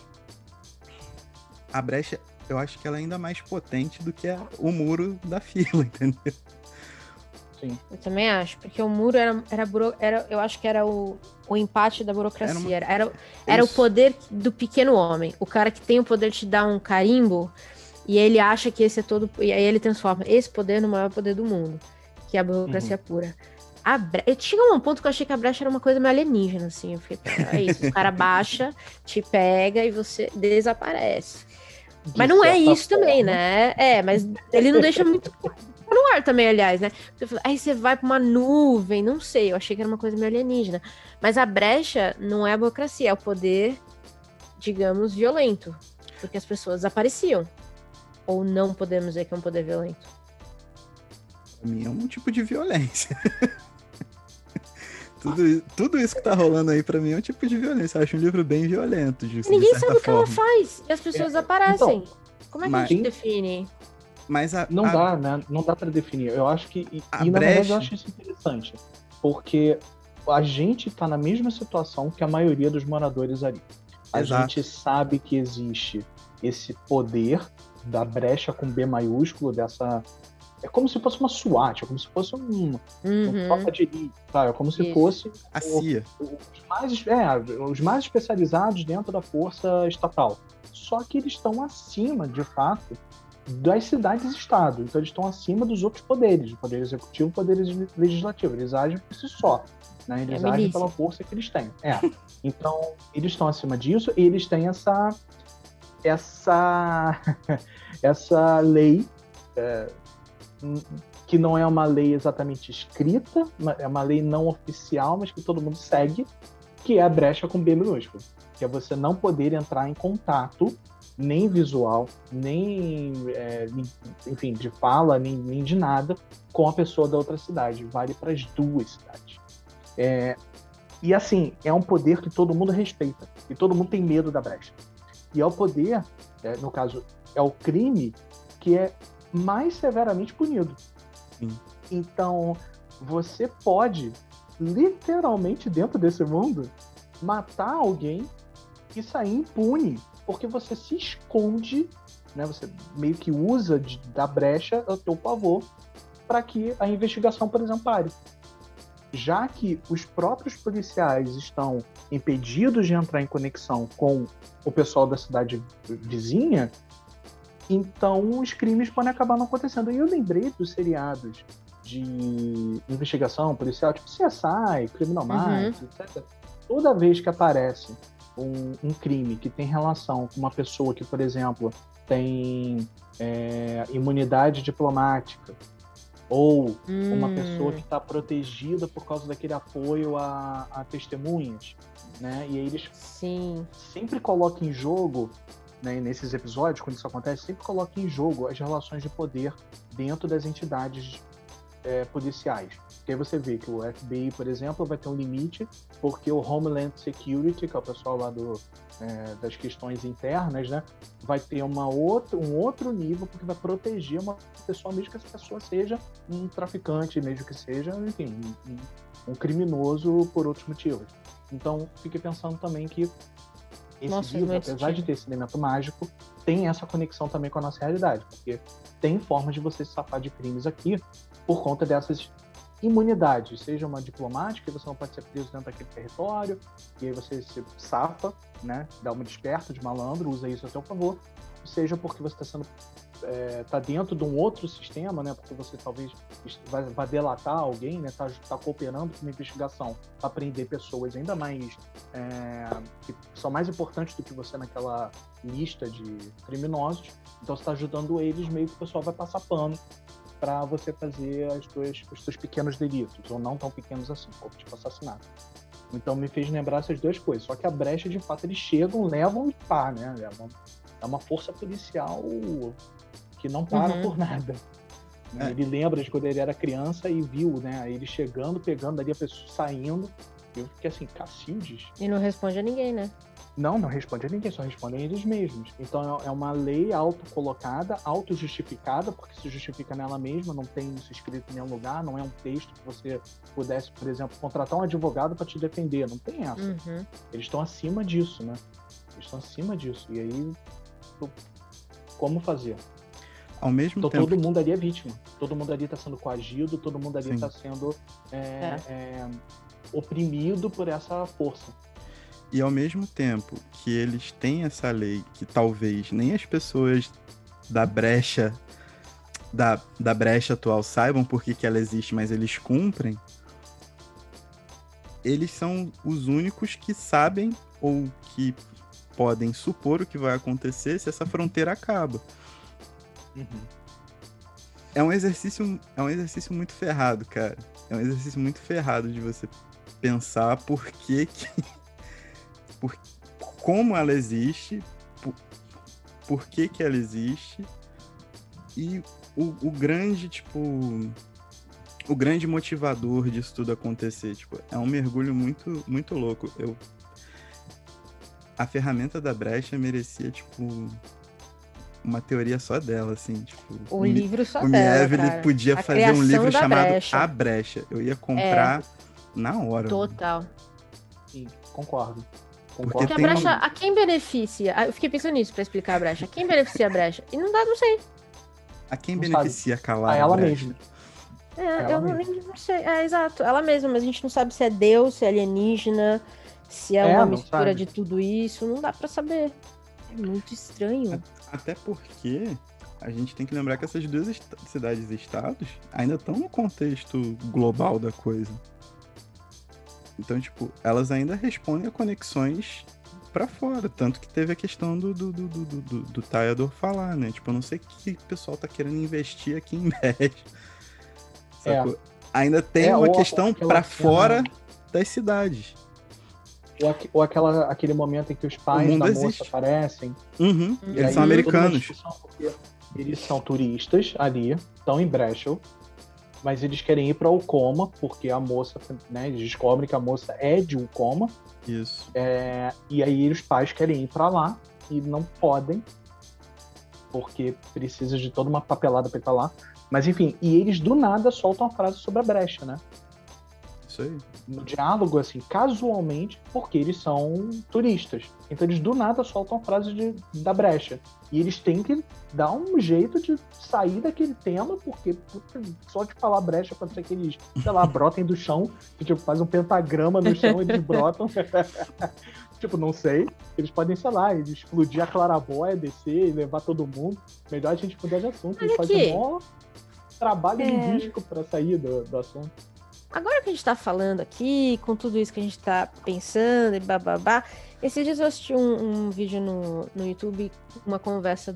a brecha, eu acho que ela é ainda mais potente do que o muro da fila, entendeu? Sim. Eu também acho, porque o muro eu acho que era o empate da burocracia. Era o poder do pequeno homem. O cara que tem o poder de te dar um carimbo e ele acha que esse é todo... E aí ele transforma esse poder no maior poder do mundo, que é a burocracia pura. Eu tinha um ponto que eu achei que a brecha era uma coisa meio alienígena, assim. Eu fiquei, é isso, o cara baixa, te pega e você desaparece. Mas não é isso também, né? Mas ele não deixa muito no ar também, aliás, né? Aí você vai pra uma nuvem, não sei, eu achei que era uma coisa meio alienígena. Mas a brecha não é a burocracia, é o poder, digamos, violento. Porque as pessoas desapareciam. Ou não podemos dizer que é um poder violento? Pra mim é um tipo de violência. Tudo isso que tá rolando aí, pra mim, é um tipo de violência. Eu acho um livro bem violento, ninguém sabe o que ela faz. E as pessoas desaparecem. Então, como é que a gente define? Mas dá, né? Não dá pra definir. Eu acho que... E na verdade eu acho isso interessante. Porque a gente tá na mesma situação que a maioria dos moradores ali. A gente sabe que existe esse poder da brecha com B maiúsculo, dessa... É como se fosse uma SWAT, é como se fosse uma tropa de elite, tá? É como se fosse a CIA. Os mais especializados dentro da força estatal. Só que eles estão acima, de fato, das cidades-estado. Então eles estão acima dos outros poderes, o poder executivo e o poder legislativo. Eles agem por si só, né? Eles agem pela força que eles têm. Então, eles estão acima disso e eles têm essa lei... que não é uma lei exatamente escrita, é uma lei não oficial, mas que todo mundo segue, que é a brecha com B minúsculo, que é você não poder entrar em contato, nem visual, nem enfim, de fala, nem de nada, com a pessoa da outra cidade. Vale para as duas cidades. E assim, é um poder que todo mundo respeita, e todo mundo tem medo da brecha. E é o poder, no caso, é o crime que é mais severamente punido. Sim. Então, você pode, literalmente dentro desse mundo, matar alguém e sair impune, porque você se esconde, né? Você meio que usa da brecha a teu favor para que a investigação, por exemplo, pare. Já que os próprios policiais estão impedidos de entrar em conexão com o pessoal da cidade vizinha, Então, os crimes podem acabar não acontecendo. E eu lembrei dos seriados de investigação policial, tipo CSI, Criminal Minds, etc. Toda vez que aparece um crime que tem relação com uma pessoa que, por exemplo, tem imunidade diplomática, ou uma pessoa que está protegida por causa daquele apoio a testemunhas, né? E aí eles sempre colocam em jogo, né, nesses episódios, quando isso acontece, sempre colocam em jogo as relações de poder dentro das entidades policiais. Porque aí você vê que o FBI, por exemplo, vai ter um limite, porque o Homeland Security, que é o pessoal lá das questões internas, né, vai ter um outro nível, porque vai proteger uma pessoa, mesmo que essa pessoa seja um traficante, mesmo que seja, enfim, um criminoso por outros motivos. Então, fiquei pensando também que esse livro, apesar de ter esse elemento mágico, tem essa conexão também com a nossa realidade, porque tem formas de você se safar de crimes aqui por conta dessas imunidades, seja uma diplomática, você não pode ser preso dentro daquele território, e aí você se safa, né, dá uma desperta de malandro, usa isso a seu favor, seja porque você está dentro de um outro sistema, né, porque você talvez vai delatar alguém, né, tá cooperando com uma investigação para prender pessoas ainda mais que são mais importantes do que você naquela lista de criminosos, então você está ajudando eles, meio que o pessoal vai passar pano para você fazer os seus pequenos delitos, ou não tão pequenos assim, como tipo assassinato. Então me fez lembrar essas duas coisas. Só que a brecha, de fato, eles chegam, levam e pá, né? É uma força policial que não para por nada. Ele lembra de quando ele era criança e viu, né? Ele chegando, pegando ali a pessoa saindo. Eu fiquei assim, Cacildes? E não responde a ninguém, né? Não responde a ninguém, só respondem eles mesmos. Então é uma lei autocolocada, autojustificada, porque se justifica nela mesma, não tem isso escrito em nenhum lugar, não é um texto que você pudesse, por exemplo, contratar um advogado para te defender, não tem essa. Eles estão acima disso, né? Eles estão acima disso. E aí, como fazer? Ao mesmo então, tempo... todo mundo ali é vítima. Todo mundo ali está sendo coagido, todo mundo ali está sendo oprimido por essa força. E ao mesmo tempo que eles têm essa lei que talvez nem as pessoas da brecha atual saibam por que ela existe, mas eles cumprem, eles são os únicos que sabem ou que podem supor o que vai acontecer se essa fronteira acaba. É um exercício muito ferrado, cara. É um exercício muito ferrado de você pensar como ela existe, por que ela existe, e o grande motivador disso tudo acontecer. Tipo, é um mergulho muito, muito louco. A ferramenta da brecha merecia, tipo, uma teoria só dela, assim. Tipo, um livro só o dela, Mieville cara. podia fazer um livro chamado A Brecha. Eu ia comprar na hora. Total. Sim, concordo. Porque a brecha, a quem beneficia? Eu fiquei pensando nisso pra explicar a brecha. A quem beneficia a brecha? E não sei. A quem não beneficia calar a ela mesma. Eu não sei. Exato, ela mesma, mas a gente não sabe se é Deus, se é alienígena, se é uma mistura de tudo isso. Não dá pra saber. É muito estranho. Até porque a gente tem que lembrar que essas duas cidades e estados ainda estão no contexto global da coisa. Então, tipo, elas ainda respondem a conexões pra fora. Tanto que teve a questão do Theodore falar, né? Tipo, eu não sei o que o pessoal tá querendo investir aqui em Brecha. Ainda tem uma questão pra fora das cidades. Ou aquele momento em que os pais da moça aparecem. Eles são americanos. Eles são turistas ali, estão em Brechel, mas eles querem ir para Ulcoma, porque a moça, né, eles descobrem que a moça é de Ulcoma. Isso. E aí os pais querem ir para lá e não podem, porque precisa de toda uma papelada para ir para lá. Mas enfim, e eles do nada soltam a frase sobre a brecha, né? Isso aí. No diálogo, assim, casualmente, porque eles são turistas. Então eles do nada soltam a frase da brecha. E eles têm que dar um jeito de sair daquele tema, porque só de falar brecha pode ser que eles, sei lá, brotem do chão, que tipo, faz um pentagrama no chão e eles brotam. Tipo, não sei. Eles podem, sei lá, explodir a clarabóia, descer e levar todo mundo. Melhor a gente mudar de assunto. Eles fazem um trabalho linguístico pra sair do assunto. Agora que a gente tá falando aqui, com tudo isso que a gente tá pensando e bababá, esses dias eu assisti um vídeo no YouTube, uma conversa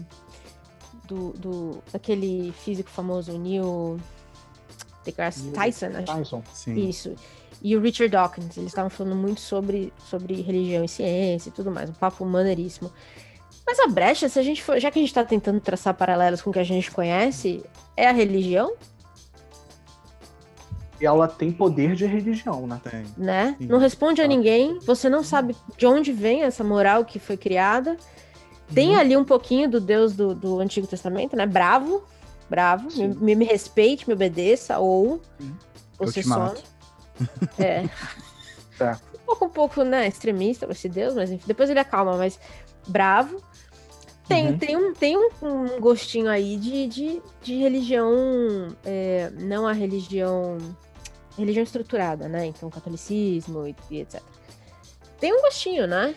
daquele físico famoso, Neil deGrasse Tyson, acho. Tyson. Sim. Isso. E o Richard Dawkins, eles estavam falando muito sobre religião e ciência e tudo mais, um papo maneiríssimo. Mas a brecha, se a gente for, já que a gente tá tentando traçar paralelos com o que a gente conhece, é a religião? E ela tem poder de religião, né? Tem. Né? Sim. Não responde a ninguém, você não sabe de onde vem essa moral que foi criada. Tem ali um pouquinho do Deus do Antigo Testamento, né? Bravo, me respeite, me obedeça, ou você some. Um pouco, né, extremista esse Deus, mas enfim, depois ele acalma, mas bravo. Tem um gostinho aí de religião, não a religião estruturada, né? Então, catolicismo e etc. Tem um gostinho, né?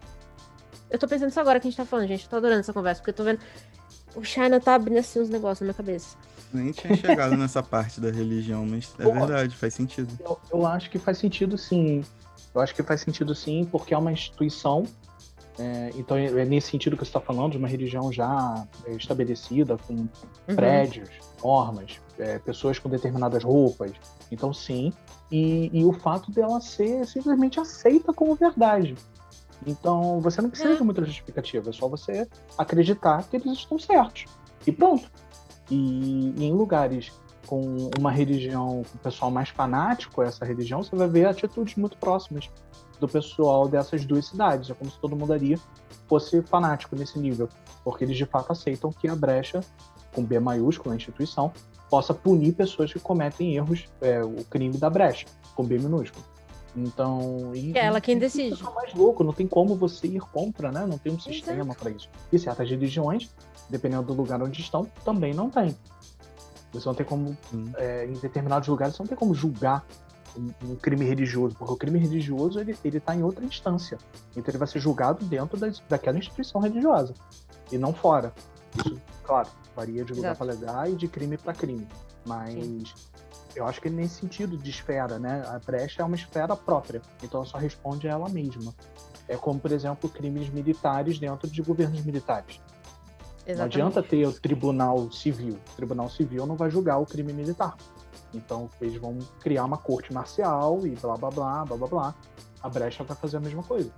Eu tô pensando isso agora que a gente tá falando, gente. Eu tô adorando essa conversa, porque eu tô vendo... O China tá abrindo assim uns negócios na minha cabeça. Nem tinha chegado nessa parte da religião, mas é verdade, faz sentido. Eu acho que faz sentido, sim. Eu acho que faz sentido, sim, porque é uma instituição. Então, é nesse sentido que você está falando, de uma religião já estabelecida, com prédios, normas, pessoas com determinadas roupas. Então, sim. E o fato dela ser simplesmente aceita como verdade. Então, você não precisa de muita justificativa. É só você acreditar que eles estão certos. E pronto. E em lugares com uma religião, com o pessoal mais fanático a essa religião, você vai ver atitudes muito próximas do pessoal dessas duas cidades. É como se todo mundo ali fosse fanático nesse nível. Porque eles, de fato, aceitam que a brecha, com B maiúsculo, a instituição, possa punir pessoas que cometem erros, o crime da brecha, com B minúsculo. Então... É ela quem decide. Isso é mais louco, não tem como você ir contra, né? Não tem um sistema para isso. E certas religiões, dependendo do lugar onde estão, também não tem. Você não tem como, em determinados lugares, você não tem como julgar um crime religioso, porque o crime religioso, ele tá em outra instância. Então ele vai ser julgado dentro daquela instituição religiosa, e não fora. Isso, claro, varia de lugar para lugar e de crime para crime. Mas eu acho que é nesse sentido de esfera, né? A brecha é uma esfera própria, então ela só responde a ela mesma. É como, por exemplo, crimes militares dentro de governos militares. Exatamente. Não adianta ter o tribunal civil. O tribunal civil não vai julgar o crime militar. Então, eles vão criar uma corte marcial e blá, blá, blá, blá, blá, blá. A brecha vai fazer a mesma coisa.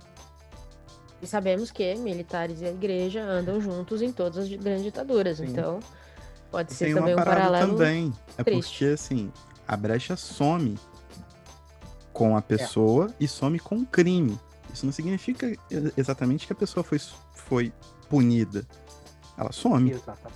E sabemos que militares e a igreja andam juntos em todas as grandes ditaduras. Sim. Então, pode ser também um paralelo também. É triste. Porque, assim, a brecha some com a pessoa e some com o crime. Isso não significa exatamente que a pessoa foi punida. Ela some. Exatamente.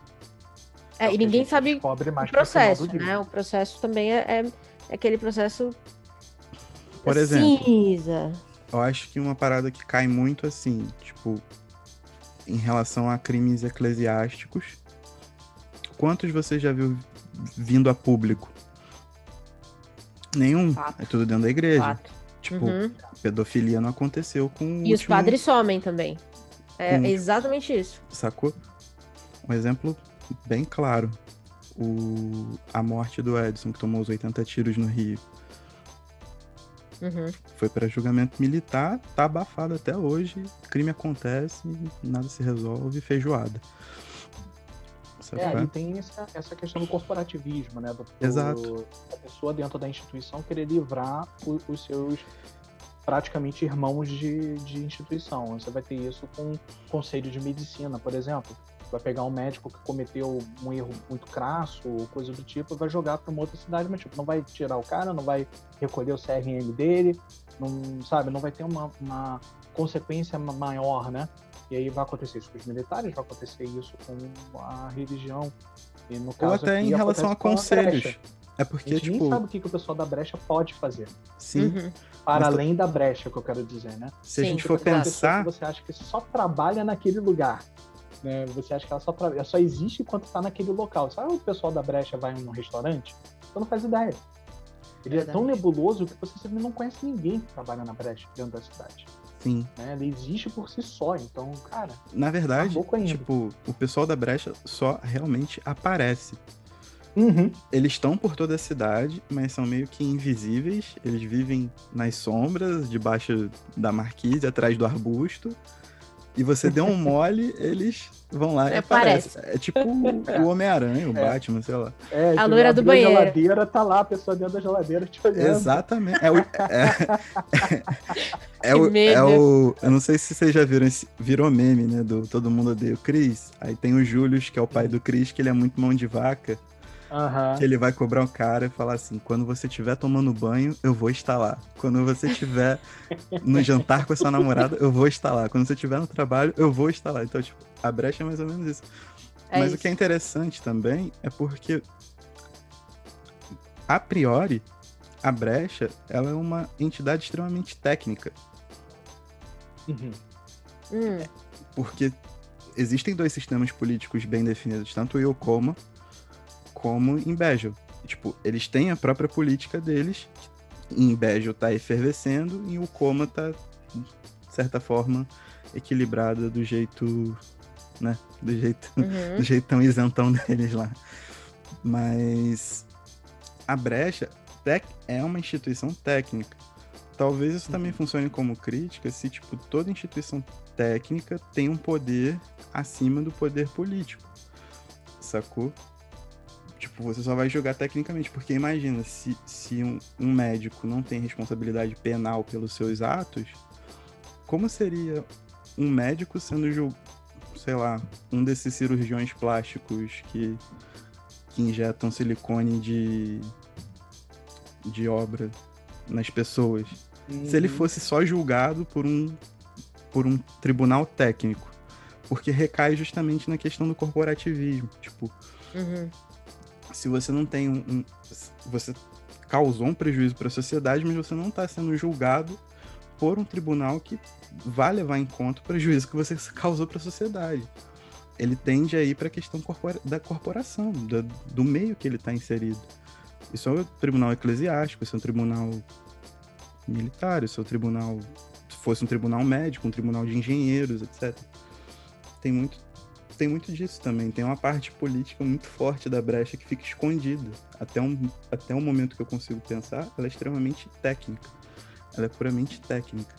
E ninguém sabe o processo, né? O processo também é aquele processo por exemplo, cinza. Eu acho que uma parada que cai muito assim, tipo, em relação a crimes eclesiásticos, quantos você já viu vindo a público? Nenhum. Fato. É tudo dentro da igreja. Fato. Tipo, pedofilia não aconteceu com o E os padres somem também. É exatamente isso. Sacou? Um exemplo bem claro. A morte do Edson, que tomou os 80 tiros no Rio. Foi para julgamento militar, tá abafado até hoje. Crime acontece, nada se resolve, feijoada. E tem essa questão do corporativismo, né? Exato. A pessoa dentro da instituição querer livrar os seus praticamente irmãos de instituição. Você vai ter isso com o conselho de medicina, por exemplo. Vai pegar um médico que cometeu um erro muito crasso ou coisa do tipo e vai jogar para uma outra cidade, mas tipo, não vai tirar o cara, não vai recolher o CRM dele, não vai ter uma consequência maior, né? E aí vai acontecer isso com os militares, vai acontecer isso com a religião. E no caso ou até aqui, em relação a conselhos. É porque, a gente nem sabe o que o pessoal da brecha pode fazer. Sim. Para além da brecha, que eu quero dizer, né? Se a gente for pensar... Você acha que só trabalha naquele lugar, né? Você acha que ela só existe enquanto está naquele local. Sabe o pessoal da brecha vai em um restaurante? Você não faz ideia. Ele é tão nebuloso que você simplesmente não conhece ninguém que trabalha na brecha dentro da cidade. Sim. Né? Ele existe por si só, então, cara... Na verdade, tipo, o pessoal da brecha só realmente aparece. Uhum. Eles estão por toda a cidade, mas são meio que invisíveis. Eles vivem nas sombras, debaixo da marquise, atrás do arbusto. E você deu um mole, eles vão lá e aparecem. É tipo o Homem-Aranha, o Batman, sei lá. É, a loira do banheiro. A geladeira tá lá, a pessoa dentro da geladeira te olhando. Exatamente. Eu não sei se vocês já viram, virou meme, né, do Todo Mundo Odeia o Chris. Aí tem o Julius, que é o pai do Chris, que ele é muito mão de vaca. Uhum. Que ele vai cobrar um cara e falar assim: quando você estiver tomando banho, eu vou estar lá. Quando você estiver no jantar com a sua namorada, eu vou estar lá. Quando você estiver no trabalho, eu vou estar lá. Então, tipo, a brecha é mais ou menos isso. Mas isso. O que é interessante também é porque, a priori, a brecha, ela é uma entidade extremamente técnica. Uhum. Porque existem dois sistemas políticos bem definidos, tanto o Yokoma como em Bejel. Tipo, eles têm a própria política deles, em Bejel tá efervescendo, e o Koma tá, de certa forma, equilibrada do jeito, né, do jeito tão isentão deles lá. Mas a brecha é uma instituição técnica. Talvez isso também funcione como crítica se, tipo, toda instituição técnica tem um poder acima do poder político, sacou? Tipo, você só vai julgar tecnicamente, porque imagina, se um médico não tem responsabilidade penal pelos seus atos, como seria um médico sendo sei lá, um desses cirurgiões plásticos que injetam silicone de obra nas pessoas? Se ele fosse só julgado por um tribunal técnico, porque recai justamente na questão do corporativismo, tipo... Se você não tem você causou um prejuízo para a sociedade, mas você não está sendo julgado por um tribunal que vai levar em conta o prejuízo que você causou para a sociedade. Ele tende a ir para a questão da corporação, do meio que ele está inserido. Isso é um tribunal eclesiástico, isso é um tribunal militar, isso é um tribunal... Se fosse um tribunal médico, um tribunal de engenheiros, etc. Tem muito disso também. Tem uma parte política muito forte da brecha que fica escondida. Até um momento que eu consigo pensar, ela é extremamente técnica. Ela é puramente técnica.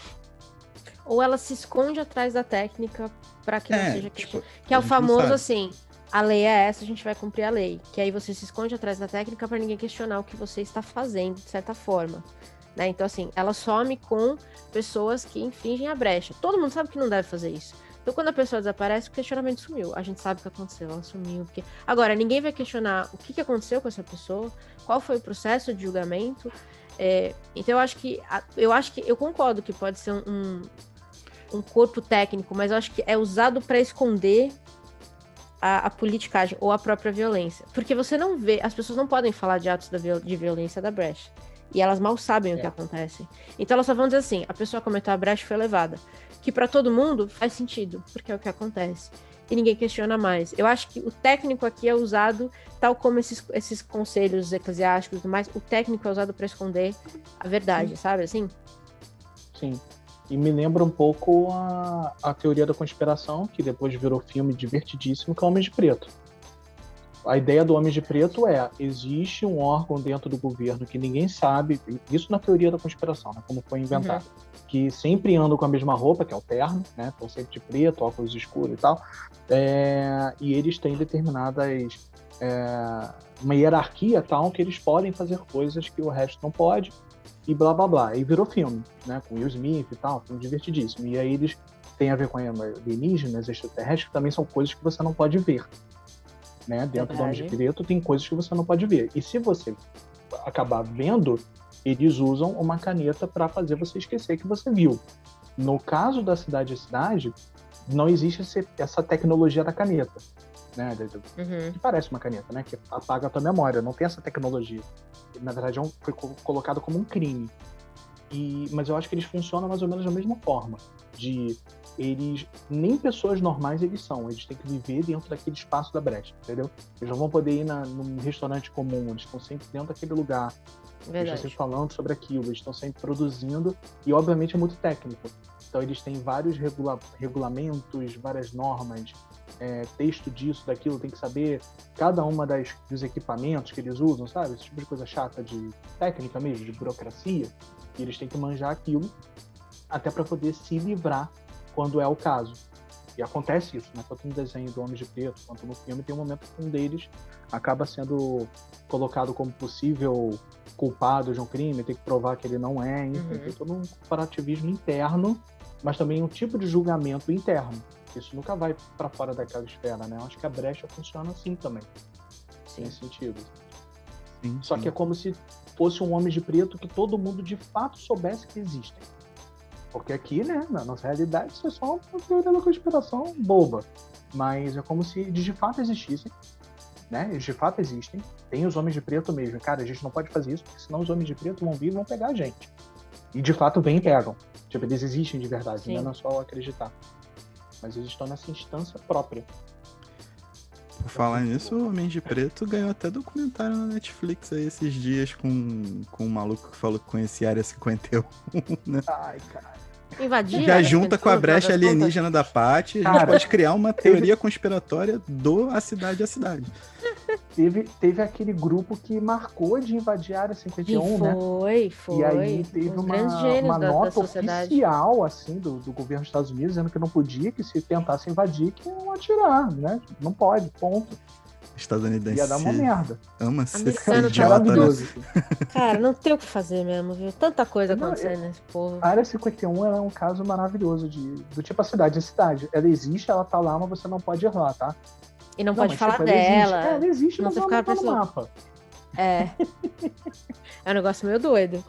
Ou ela se esconde atrás da técnica para que não seja tipo, que é o famoso assim, a lei é essa, a gente vai cumprir a lei. Que aí você se esconde atrás da técnica para ninguém questionar o que você está fazendo, de certa forma. Né? Então, assim, ela some com pessoas que infringem a brecha. Todo mundo sabe que não deve fazer isso. Então, quando a pessoa desaparece, o questionamento sumiu. A gente sabe o que aconteceu, ela sumiu. Porque... Agora, ninguém vai questionar o que aconteceu com essa pessoa, qual foi o processo de julgamento. Então, eu acho que eu concordo que pode ser um corpo técnico, mas eu acho que é usado para esconder a politicagem ou a própria violência. Porque você não vê, as pessoas não podem falar de atos de violência da brecha. E elas mal sabem o que acontece. Então elas só vão dizer assim, a pessoa cometeu a brecha e foi levada. Que pra todo mundo faz sentido, porque é o que acontece. E ninguém questiona mais. Eu acho que o técnico aqui é usado, tal como esses conselhos eclesiásticos e tudo mais, o técnico é usado pra esconder a verdade, sabe assim? Sim. E me lembra um pouco a teoria da conspiração, que depois virou filme divertidíssimo, que é o Homem de Preto. A ideia do Homem de Preto existe um órgão dentro do governo que ninguém sabe, isso na teoria da conspiração, né, como foi inventado, que sempre andam com a mesma roupa, que é o terno, né, estão sempre de preto, óculos escuros e tal, e eles têm determinadas, uma hierarquia tal, que eles podem fazer coisas que o resto não pode, e blá blá blá, e virou filme, né, com Will Smith e tal, filme divertidíssimo, e aí eles têm a ver com alienígenas, extraterrestres, que também são coisas que você não pode ver. Né? Dentro do Homem de Preto tem coisas que você não pode ver. E se você acabar vendo, eles usam uma caneta para fazer você esquecer que você viu. No caso da Cidade a Cidade, não existe essa tecnologia da caneta. Né? Que parece uma caneta, né? Que apaga a tua memória. Não tem essa tecnologia. Na verdade, foi colocado como um crime. Mas eu acho que eles funcionam mais ou menos da mesma forma. Eles, nem pessoas normais eles são, eles têm que viver dentro daquele espaço da brecha, entendeu? Eles não vão poder ir num restaurante comum, eles estão sempre dentro daquele lugar. Eles Verdade. estão sempre falando sobre aquilo, eles estão sempre produzindo, e obviamente é muito técnico. Então eles têm vários regulamentos, várias normas, texto disso, daquilo, tem que saber cada uma dos equipamentos que eles usam, sabe? Esse tipo de coisa chata de técnica mesmo, de burocracia, e eles têm que manjar aquilo até para poder se livrar quando é o caso. E acontece isso, né? Tanto no desenho do Homem de Preto quanto no filme, tem um momento que um deles acaba sendo colocado como possível culpado de um crime, tem que provar que ele não é, enfim, tem todo um comparativismo interno, mas também um tipo de julgamento interno. Isso nunca vai para fora daquela esfera, né? Eu acho que a brecha funciona assim também, nesse sentido. Sim, Só que é como se fosse um Homem de Preto que todo mundo de fato soubesse que existem. Porque aqui, né, na nossa realidade, isso é só uma teoria da conspiração boba. Mas é como se eles de fato existissem, né? Eles de fato existem. Tem os Homens de Preto mesmo. Cara, a gente não pode fazer isso, porque senão os Homens de Preto vão vir e vão pegar a gente. E de fato vêm e pegam. Tipo, eles existem de verdade, né? Não é só acreditar. Mas eles estão nessa instância própria. Por falar nisso, o Homem de Preto ganhou até documentário na Netflix aí esses dias com um maluco que falou que conhecia a Área 51, né? Ai, cara. Invadir. Já junta com a brecha alienígena da Paty, a gente pode criar uma teoria conspiratória a cidade. Teve aquele grupo que marcou de invadir a Área 51, né? Foi. E aí teve uma nota oficial, assim, do governo dos Estados Unidos, dizendo que não podia, que se tentasse invadir, que iam atirar, né? Não pode, ponto. Estadunidense. Ia dar uma merda. Ama ser idiota, maravilhoso. Né? Cara, não tem o que fazer mesmo, viu? Tanta coisa acontecendo nesse povo. A Área 51 é um caso maravilhoso do tipo a cidade. Ela existe, ela tá lá, mas você não pode ir lá, tá? E não pode falar dela. Ela existe, mas ela não tá no mapa. É um negócio meio doido.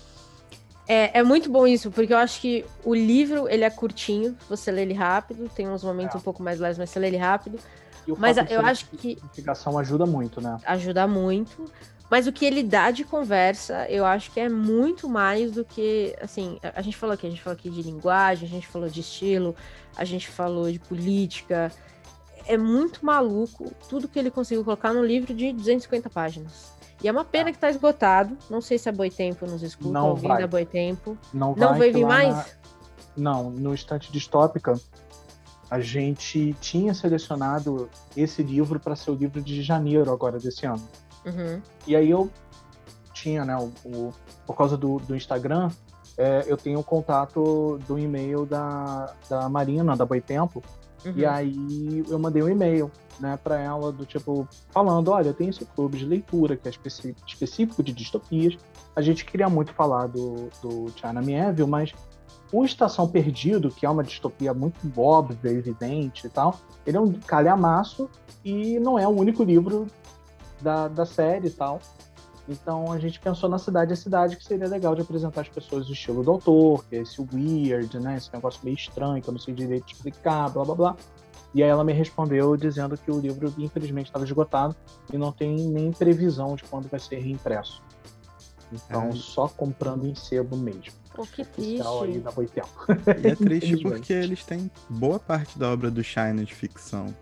É muito bom isso, porque eu acho que o livro, ele é curtinho, você lê ele rápido, tem uns momentos um pouco mais leves, mas você lê ele rápido. Mas eu acho que a investigação ajuda muito, né? Ajuda muito. Mas o que ele dá de conversa, eu acho que é muito mais do que, assim, a gente falou aqui de linguagem, a gente falou de estilo, a gente falou de política. É muito maluco tudo que ele conseguiu colocar num livro de 250 páginas. E é uma pena que tá esgotado. Não sei se a Boitempo nos escuta, alguém da Boitempo. Não vai vir mais? Não, no Estante Distópica, a gente tinha selecionado esse livro para ser o livro de janeiro agora desse ano. E aí eu tinha, né, por causa do Instagram, eu tenho o contato do e-mail da Marina, da Boitempo, e aí eu mandei um e-mail, né, para ela, do tipo, falando, olha, eu tenho esse clube de leitura que é específico de distopias, a gente queria muito falar do China Miéville, mas o Estação Perdido, que é uma distopia muito óbvia, evidente e tal, ele é um calhamaço e não é o único livro da série e tal. Então a gente pensou na Cidade a Cidade, que seria legal de apresentar as pessoas do estilo do autor, que é esse weird, né? Esse negócio meio estranho, que eu não sei direito explicar, blá blá blá. E aí ela me respondeu dizendo que o livro, infelizmente, estava esgotado e não tem nem previsão de quando vai ser reimpresso. Então, só comprando em sebo mesmo. Pô, que triste. Aí da Boitempo. E é triste porque eles têm boa parte da obra do China de ficção.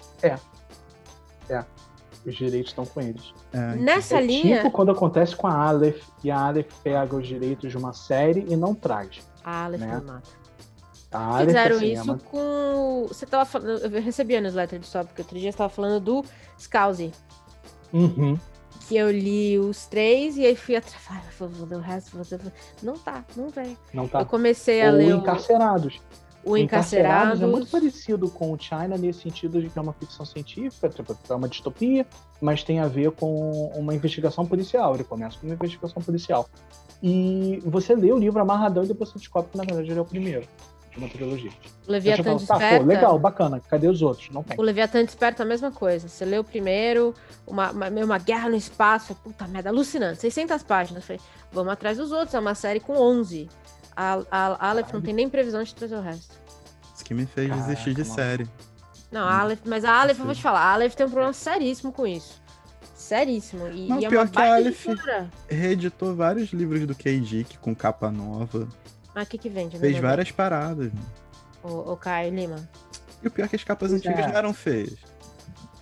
Os direitos estão com eles. Nessa linha... Tipo quando acontece com a Aleph, e a Aleph pega os direitos de uma série e não traz. A Aleph né? me mata. A Aleph, fizeram assim, isso com... Você tava falando... Eu recebi a newsletter de Stop, porque outro dia você tava falando do Scousy. Que eu li os 3 e aí fui atrás. Vou ler o resto. Não tá, não vem. Não tá. Eu comecei a ler Encarcerados. O Encarcerados é muito parecido com o China nesse sentido de que é uma ficção científica, tipo, é uma distopia, mas tem a ver com uma investigação policial. Ele começa com uma investigação policial. E você lê o livro amarradão e depois você descobre que, na verdade, ele é o primeiro de uma trilogia. O Leviatã Desperta. Pô, legal, bacana. Cadê os outros? Não tem. O Leviatã Desperta, a mesma coisa. Você lê o primeiro, uma guerra no espaço, puta merda, alucinante. 600 páginas. Falei, vamos atrás dos outros. É uma série com 11. A Aleph não tem nem previsão de trazer o resto. Isso que me fez desistir de série. Não, mas a Aleph, eu vou te falar, a Aleph tem um problema seríssimo com isso. Seríssimo. E não, é pior uma que a baita Aleph editora. reeditou vários livros do K.Dick com capa nova. Mas o que vende? Fez várias paradas. O Caio Lima. E o pior é que as capas antigas não eram feias.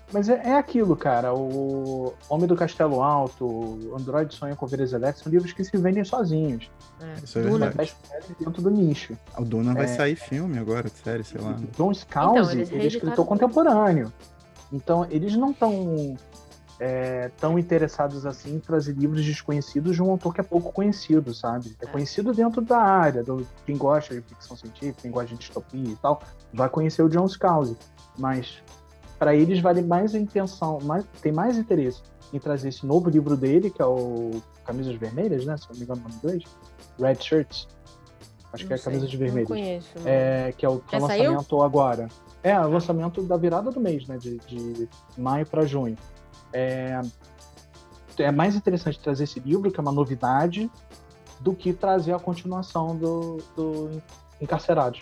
Mas é aquilo, cara. O Homem do Castelo Alto, o Android Sonha com Ovelhas Elétricas são livros que se vendem sozinhos. Isso é Duna. verdade. Dentro do nicho. O Duna vai sair filme agora, série, sei lá. John Scalzi, eles ele é escritor reeditaram contemporâneo. Então, eles não estão tão interessados assim em trazer livros desconhecidos de um autor que é pouco conhecido, sabe? É conhecido dentro da área, quem gosta de ficção científica, quem gosta de distopia e tal, vai conhecer o John Scalzi. Mas, para eles, vale mais a intenção, tem mais interesse em trazer esse novo livro dele, que é o Camisas Vermelhas, né? Se não me engano o nome inglês. Red Shirts. Acho que é Camisas Vermelhas. Não conheço. Que é o Já lançamento saiu? agora. O lançamento da virada do mês, né? De maio para junho. É mais interessante trazer esse livro, que é uma novidade, do que trazer a continuação do Encarcerados.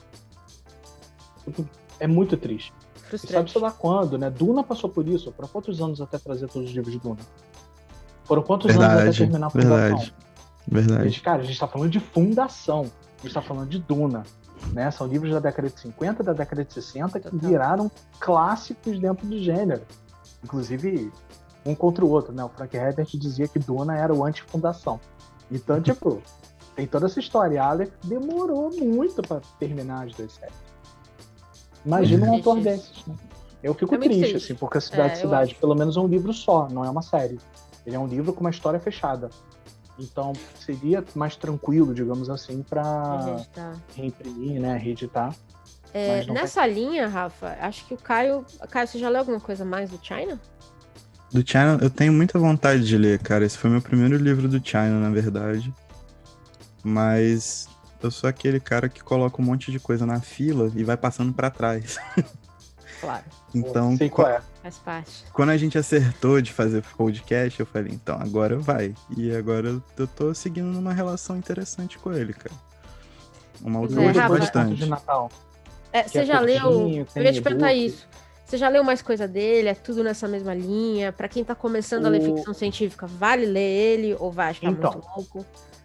É muito triste. E sabe-se lá quando, né? Duna passou por isso. Foram quantos anos até trazer todos os livros de Duna? Foram quantos anos até terminar a fundação? Verdade. Cara, a gente tá falando de fundação. A gente tá falando de Duna. Né? São livros da década de 50, da década de 60, que viraram clássicos dentro do gênero. Inclusive, um contra o outro, né? O Frank Herbert dizia que Duna era o anti-fundação. Então, tipo, tem toda essa história. E Aleph demorou muito pra terminar as duas séries. Imagina um autor desses, né? Eu fico triste, assim, porque a Cidade, pelo menos é um livro só, não é uma série. Ele é um livro com uma história fechada. Então, seria mais tranquilo, digamos assim, para reimprimir, né? Reeditar. Nessa linha, Rafa, acho que o Caio... Caio, você já leu alguma coisa mais do China? Do China, eu tenho muita vontade de ler, cara. Esse foi meu primeiro livro do China, na verdade. Mas eu sou aquele cara que coloca um monte de coisa na fila e vai passando pra trás. Claro. Então, sei qual é. Faz parte. Quando a gente acertou de fazer podcast, eu falei, então, agora vai. E agora eu tô seguindo numa relação interessante com ele, cara. Uma altura bastante. De Natal. Você já leu... Eu ia te perguntar isso. Você já leu mais coisa dele? É tudo nessa mesma linha? Pra quem tá começando a ler ficção científica, vale ler ele ou vai achar muito louco?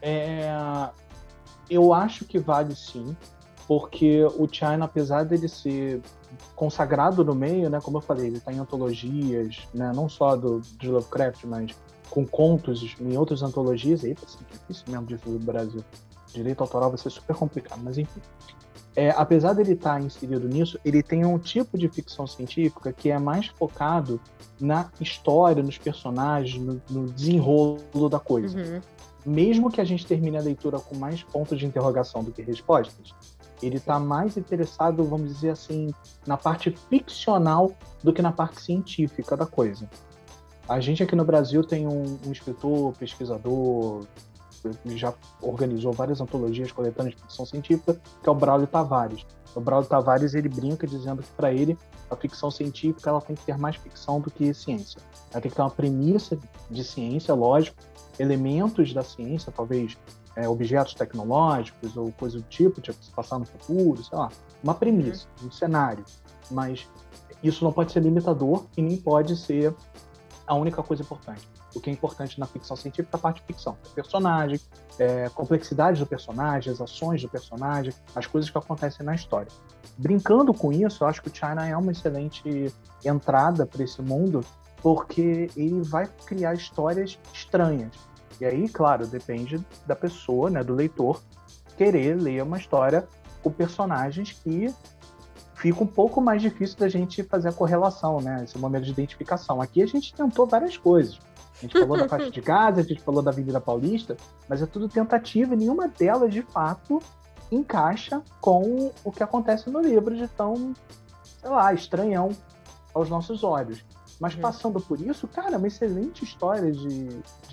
Eu acho que vale sim, porque o China, apesar dele ser consagrado no meio, né, como eu falei, ele tá em antologias, né, não só de Lovecraft, mas com contos em outras antologias. Eita, assim, que difícil mesmo disso do Brasil. Direito autoral vai ser super complicado, mas enfim. Apesar dele estar inserido nisso, ele tem um tipo de ficção científica que é mais focado na história, nos personagens, no desenrolo da coisa. Uhum. Mesmo que a gente termine a leitura com mais pontos de interrogação do que respostas, ele está mais interessado, vamos dizer assim, na parte ficcional do que na parte científica da coisa. A gente aqui no Brasil tem um escritor, pesquisador, que já organizou várias antologias coletâneas de ficção científica, que é o Braulio Tavares. O Braulio Tavares, ele brinca dizendo que, para ele, a ficção científica ela tem que ter mais ficção do que ciência. Ela tem que ter uma premissa de ciência, lógico, elementos da ciência, talvez objetos tecnológicos ou coisa do tipo se passar no futuro, sei lá. Uma premissa, um cenário. Mas isso não pode ser limitador e nem pode ser a única coisa importante. O que é importante na ficção científica é a parte de ficção. O personagem, complexidade do personagem, as ações do personagem, as coisas que acontecem na história. Brincando com isso, eu acho que o China é uma excelente entrada para esse mundo, porque ele vai criar histórias estranhas. E aí, claro, depende da pessoa, né, do leitor, querer ler uma história com personagens que fica um pouco mais difícil da gente fazer a correlação, né? Esse momento de identificação. Aqui a gente tentou várias coisas. A gente falou da faixa de Gaza, a gente falou da Avenida Paulista, mas é tudo tentativa e nenhuma delas, de fato, encaixa com o que acontece no livro de tão, sei lá, estranhão aos nossos olhos. Mas passando por isso, cara, é uma excelente história de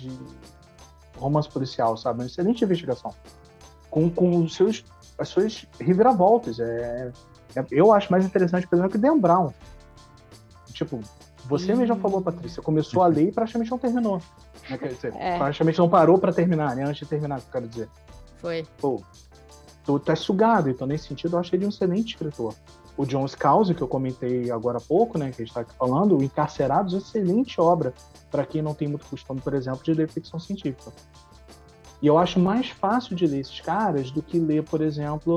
romance policial, sabe? Uma excelente investigação. Com as suas reviravoltas. Eu acho mais interessante, por exemplo, que Dan Brown. Tipo, você mesmo falou, Patrícia, começou a ler e praticamente não terminou. Né? Quer dizer, praticamente não parou pra terminar, né? Antes de terminar, que eu quero dizer. Foi. Pô, tu tá sugado, então nesse sentido eu achei ele um excelente escritor. O John Scalzi, que eu comentei agora há pouco, né, que a gente tá aqui falando, o Encarcerados, excelente obra para quem não tem muito costume, por exemplo, de ler ficção científica. E eu acho mais fácil de ler esses caras do que ler, por exemplo,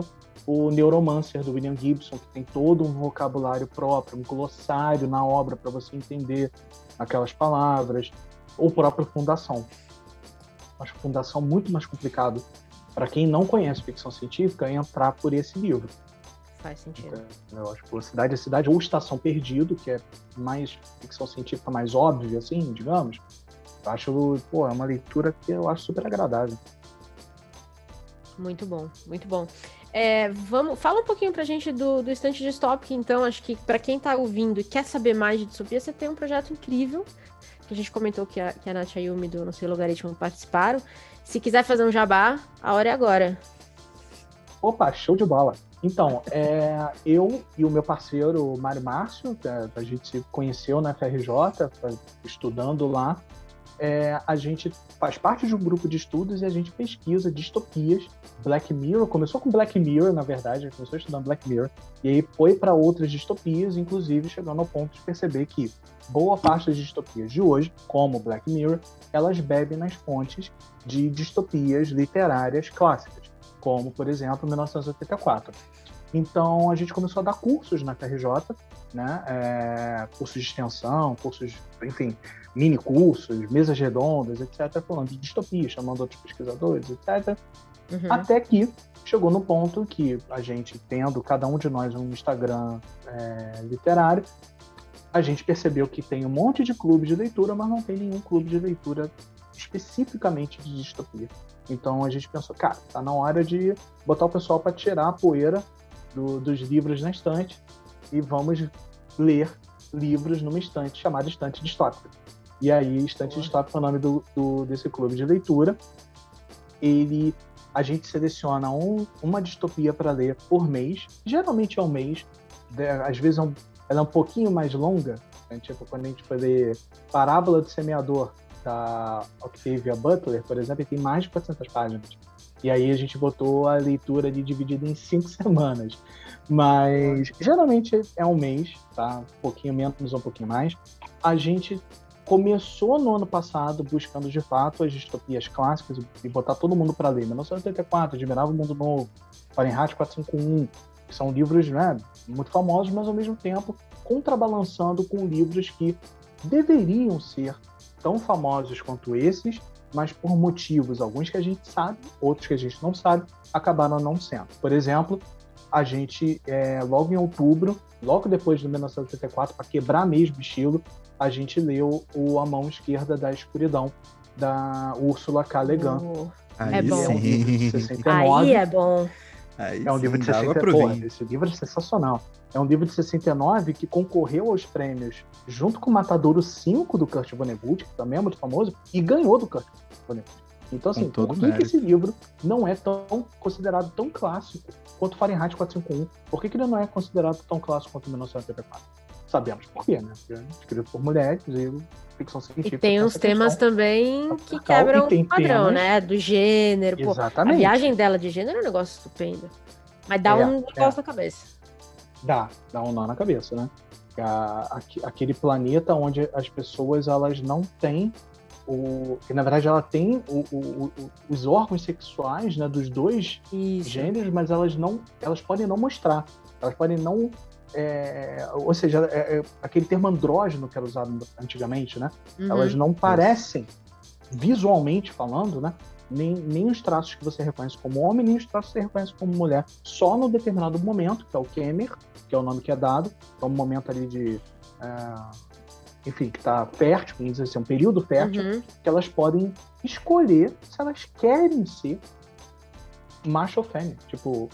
o Neuromancer, do William Gibson, que tem todo um vocabulário próprio, um glossário na obra para você entender aquelas palavras, ou o próprio Fundação. Acho Fundação muito mais complicado para quem não conhece ficção científica entrar por esse livro. Faz sentido. Eu acho que Cidade é Cidade, ou Estação Perdido, que é mais ficção científica mais óbvia, assim, digamos. Eu acho, é uma leitura que eu acho super agradável. Muito bom, muito bom. Fala um pouquinho pra gente do Estante Distópico, então. Acho que pra quem tá ouvindo e quer saber mais de distopia, você tem um projeto incrível, que a gente comentou que a Nath e a Yumi do Não Sei Logaritmo participaram. Se quiser fazer um jabá, a hora é agora. Opa, show de bola! Então, eu e o meu parceiro Mário Márcio, a gente se conheceu na FRJ, estudando lá. A gente faz parte de um grupo de estudos e a gente pesquisa distopias. Black Mirror, começou com Black Mirror, na verdade, a gente começou estudando Black Mirror, e aí foi para outras distopias, inclusive chegando ao ponto de perceber que boa parte das distopias de hoje, como Black Mirror, elas bebem nas fontes de distopias literárias clássicas, como, por exemplo, 1984. Então, a gente começou a dar cursos na FRJ, né? Cursos de extensão, cursos, enfim, mini cursos, mesas redondas, etc., falando de distopia, chamando outros pesquisadores, etc. Até que chegou no ponto que a gente, tendo cada um de nós um Instagram literário, a gente percebeu que tem um monte de clubes de leitura, mas não tem nenhum clube de leitura especificamente de distopia. Então a gente pensou, cara, tá na hora de botar o pessoal para tirar a poeira dos livros na estante e vamos ler livros numa estante chamada Estante Distópica. E aí, Estante Distópica é o nome desse clube de leitura. A gente seleciona uma distopia para ler por mês. Geralmente é um mês. Às vezes ela é um pouquinho mais longa. Né? Tipo, quando a gente foi ler Parábola do Semeador, da Octavia Butler, por exemplo, tem mais de 400 páginas. E aí a gente botou a leitura ali dividida em 5 semanas. Mas geralmente é um mês, tá? Um pouquinho menos ou um pouquinho mais. A gente começou no ano passado buscando de fato as distopias clássicas e botar todo mundo para ler. 1984, Admirável Mundo Novo, Fahrenheit 451, que são livros, né, muito famosos, mas ao mesmo tempo contrabalançando com livros que deveriam ser tão famosos quanto esses, mas por motivos, alguns que a gente sabe, outros que a gente não sabe, acabaram não sendo. Por exemplo, a gente, logo em outubro, logo depois de 1984, para quebrar mesmo o estilo, a gente leu A Mão Esquerda da Escuridão, da Ursula K. Le Guin. É bom. É um livro de 69. Aí é bom. É um livro de 69. Esse livro é sensacional. É um livro de 69 que concorreu aos prêmios junto com o Matadouro 5 do Kurt Vonnegut, que também é muito famoso, e ganhou do Kurt Vonnegut. Então, assim, por que esse livro não é considerado tão clássico quanto Fahrenheit 451? Por que ele não é considerado tão clássico quanto 1984? Sabemos por quê, né? Escrito por mulheres e ficção científica. E tem uns temas também que quebram o padrão, né? Do gênero. Exatamente. A viagem dela de gênero é um negócio estupendo. Mas dá um negócio na cabeça. Dá um nó na cabeça, né? Aquele planeta onde as pessoas, elas não têm que na verdade ela tem os órgãos sexuais, né, dos dois gêneros, mas elas podem não mostrar, elas podem não ou seja, aquele termo andrógeno que era usado antigamente, né? Elas não parecem, visualmente falando, né, nem os traços que você reconhece como homem, nem os traços que você reconhece como mulher, só no determinado momento, que é o Kemer, que é o nome que é dado, é um momento ali de enfim, que está fértil, vamos dizer assim, um período fértil, que elas podem escolher se elas querem ser macho ou fêmea. Tipo,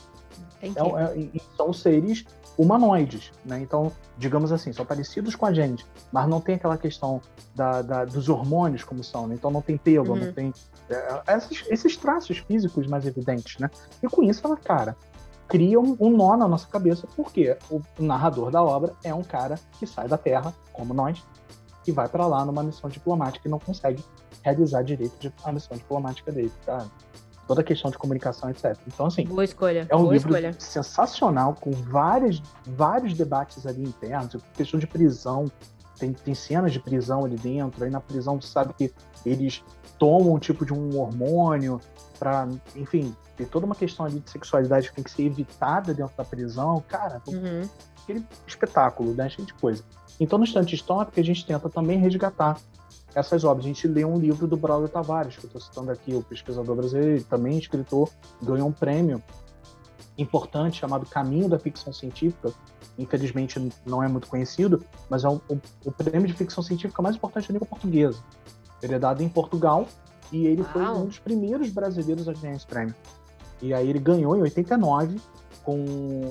são seres humanoides, né? Então, digamos assim, são parecidos com a gente, mas não tem aquela questão dos hormônios como são, né? Então não tem pelo, não tem esses traços físicos mais evidentes, né? E com isso ela, cara, cria um nó na nossa cabeça, porque o narrador da obra é um cara que sai da Terra, como nós, e vai para lá numa missão diplomática e não consegue realizar direito a missão diplomática dele, tá? toda a questão de comunicação, etc. Então, assim, Boa escolha. é um boa livro escolha. sensacional, com vários debates ali internos, questão de prisão, tem cenas de prisão ali dentro, aí na prisão você sabe que eles tomam um tipo de um hormônio para, enfim, tem toda uma questão ali de sexualidade que tem que ser evitada dentro da prisão, cara, aquele espetáculo, né, cheio de coisa. Então, no Estante Histórico, a gente tenta também resgatar essas obras. A gente lê um livro do Braulio Tavares, que eu estou citando aqui, o pesquisador brasileiro, também escritor, ganhou um prêmio importante chamado Caminho da Ficção Científica. Infelizmente não é muito conhecido, mas é o prêmio de ficção científica mais importante da língua portuguesa. Ele é dado em Portugal e ele foi um dos primeiros brasileiros a ganhar esse prêmio. E aí ele ganhou em 89 com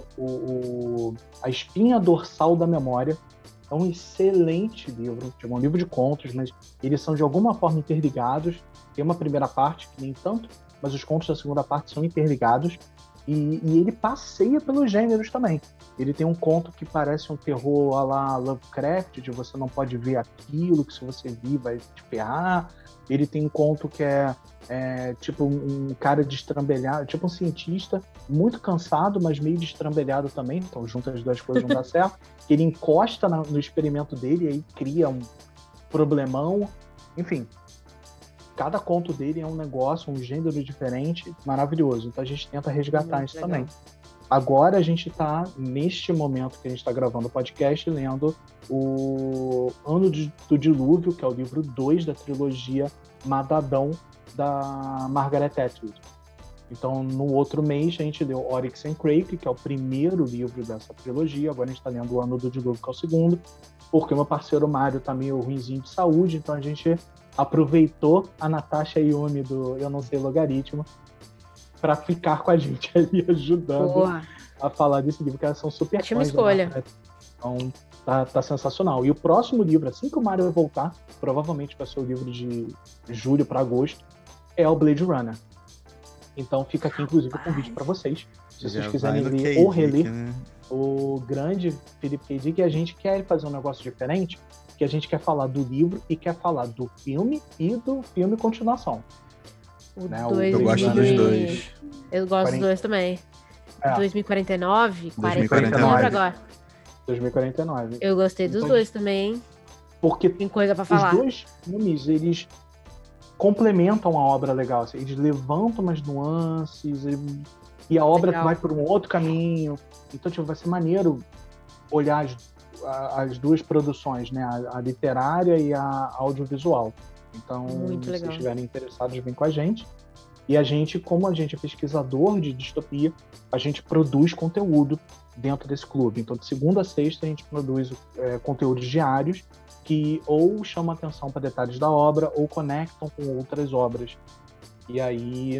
A Espinha Dorsal da Memória. É um excelente livro, é um livro de contos, mas eles são de alguma forma interligados. Tem uma primeira parte, que nem tanto, mas os contos da segunda parte são interligados. E ele passeia pelos gêneros também. Ele tem um conto que parece um terror à la Lovecraft, de você não pode ver aquilo, que se você vir vai te ferrar. Ele tem um conto que é tipo um cara destrambelhado, tipo um cientista, muito cansado, mas meio destrambelhado também, então junto as duas coisas não dá certo. Ele encosta no experimento dele e aí cria um problemão. Enfim, cada conto dele é um negócio, um gênero diferente, maravilhoso. Então a gente tenta resgatar isso legal. Também. Agora a gente está, neste momento que a gente está gravando o podcast, lendo o Ano do Dilúvio, que é o livro 2 da trilogia Madadão, da Margaret Atwood. Então, no outro mês, a gente leu Oryx and Crake, que é o primeiro livro dessa trilogia. Agora a gente está lendo o Ano do Dilúvio, que é o segundo, porque o meu parceiro Mário tá meio ruinzinho de saúde, então a gente aproveitou a Natasha Yumi do Eu Não Sei Logaritmo para ficar com a gente ali ajudando a falar desse livro, que elas são super fãs. Ótima escolha. Então, tá sensacional. E o próximo livro, assim que o Mário vai voltar, provavelmente vai ser o livro de julho para agosto, é o Blade Runner. Então fica aqui, inclusive, o convite para vocês. Se vocês quiserem ler ou reler o grande Philip K. Dick, a gente quer fazer um negócio diferente, que a gente quer falar do livro e quer falar do filme e do filme continuação. Eu gosto dos dois. Eu gosto dos dois também. 2049? 2049. Não lembro agora. 2049. Eu gostei dos dois também. Porque tem coisa pra falar. Os dois filmes, eles complementam a obra legal. Assim, eles levantam umas nuances e a obra vai por um outro caminho. Então, tipo, vai ser maneiro olhar as duas produções, né? A literária e a audiovisual. Então, se vocês estiverem interessados, vem com a gente. E a gente, como a gente é pesquisador de distopia, a gente produz conteúdo dentro desse clube. Então, de segunda a sexta, a gente produz conteúdos diários que ou chamam atenção para detalhes da obra ou conectam com outras obras. E aí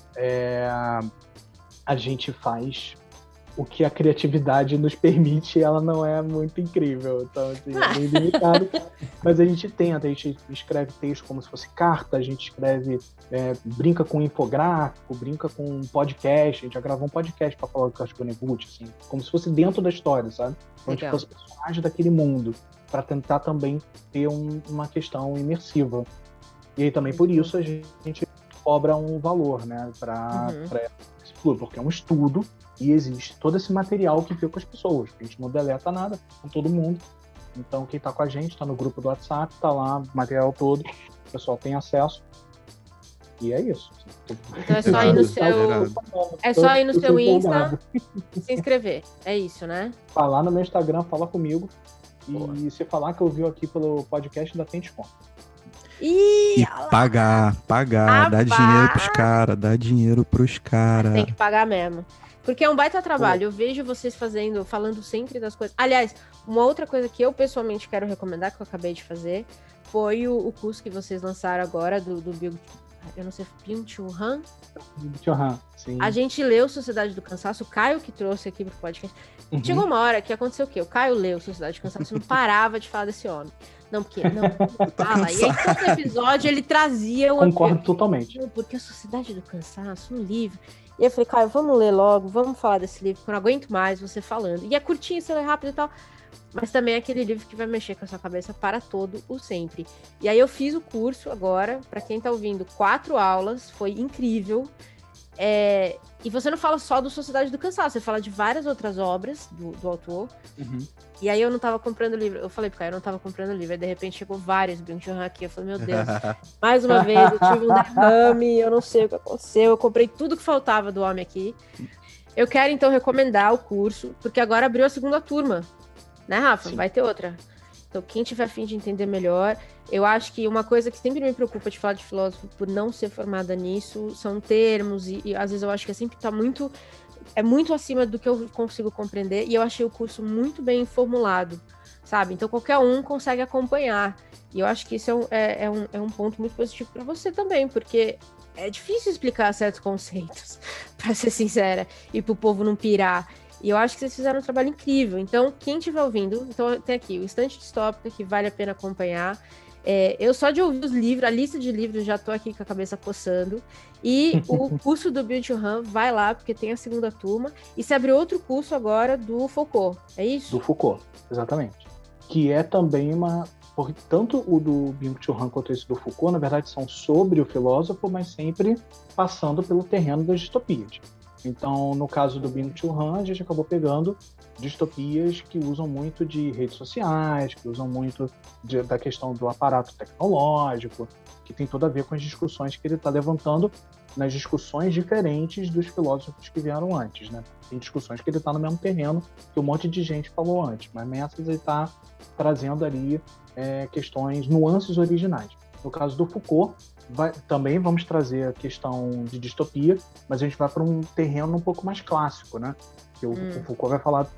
a gente faz o que a criatividade nos permite, ela não é muito incrível. Então, assim, é bem limitado. Mas a gente tenta, a gente escreve texto como se fosse carta, a gente escreve, brinca com infográfico, brinca com podcast. A gente já gravou um podcast para falar do Casco Negut, assim, como se fosse dentro da história, sabe? Como se fosse personagem daquele mundo, para tentar também ter uma questão imersiva. E aí também por isso a gente cobra um valor, né, para esse clube, porque é um estudo e existe todo esse material que fica com as pessoas. A gente não deleta nada com todo mundo. Então quem tá com a gente tá no grupo do WhatsApp, tá lá o material todo, o pessoal tem acesso. E é isso. Então é só ir no seu Insta se inscrever. É isso, né? Falar no meu Instagram, fala comigo. E se falar que ouviu aqui pelo podcast, ainda tem desconto. E pagar, dá dinheiro pros caras. Tem que pagar mesmo. Porque é um baita trabalho. Eu vejo vocês falando sempre das coisas. Aliás, uma outra coisa que eu pessoalmente quero recomendar, que eu acabei de fazer, foi o curso que vocês lançaram agora do eu não sei, Byung-Chul Han? Sim. A gente leu Sociedade do Cansaço, o Caio que trouxe aqui pro podcast. Chegou uma hora que aconteceu o quê? O Caio leu Sociedade do Cansaço, não parava de falar desse homem. Não, porque não fala. E aí, todo episódio, ele trazia... Concordo totalmente. Porque a Sociedade do Cansaço, um livro... E eu falei, Caio, vamos ler logo, vamos falar desse livro, porque eu não aguento mais você falando. E é curtinho, você lê rápido e tal... Mas também é aquele livro que vai mexer com a sua cabeça para todo o sempre. E aí eu fiz o curso agora, para quem tá ouvindo, 4 aulas, foi incrível. E você não fala só do Sociedade do Cansaço, você fala de várias outras obras do autor. Uhum. E aí eu não tava comprando livro. Eu falei pro Caio, eu não tava comprando livro. Aí de repente chegou vários Byung-Chul Han aqui. Eu falei, meu Deus, mais uma vez eu tive um derrame, eu não sei o que aconteceu. Eu comprei tudo que faltava do homem aqui. Eu quero então recomendar o curso, porque agora abriu a segunda turma. Né, Rafa? Sim. Vai ter outra. Então, quem tiver a fim de entender melhor, eu acho que uma coisa que sempre me preocupa de falar de filósofo por não ser formada nisso são termos, e às vezes eu acho que sempre tá muito acima do que eu consigo compreender, e eu achei o curso muito bem formulado, sabe? Então, qualquer um consegue acompanhar. E eu acho que isso é um ponto muito positivo para você também, porque é difícil explicar certos conceitos, para ser sincera, e pro povo não pirar. E eu acho que vocês fizeram um trabalho incrível. Então, quem estiver ouvindo, então tem aqui o Estante Distópica, que vale a pena acompanhar. Eu só de ouvir os livros, a lista de livros, já tô aqui com a cabeça coçando. E o curso do Byung-Chul Han, vai lá, porque tem a segunda turma. E se abriu outro curso agora do Foucault, é isso? Do Foucault, exatamente. Que é também porque tanto o do Byung-Chul Han quanto esse do Foucault, na verdade, são sobre o filósofo, mas sempre passando pelo terreno das distopias. Então, no caso do Byung-Chul Han, a gente acabou pegando distopias que usam muito de redes sociais, que usam muito da questão do aparato tecnológico, que tem tudo a ver com as discussões que ele está levantando nas discussões diferentes dos filósofos que vieram antes, né? Tem discussões que ele está no mesmo terreno que um monte de gente falou antes, mas nessas ele está trazendo ali questões, nuances originais. No caso do Foucault, também vamos trazer a questão de distopia, mas a gente vai para um terreno um pouco mais clássico, né? Que o Foucault vai falar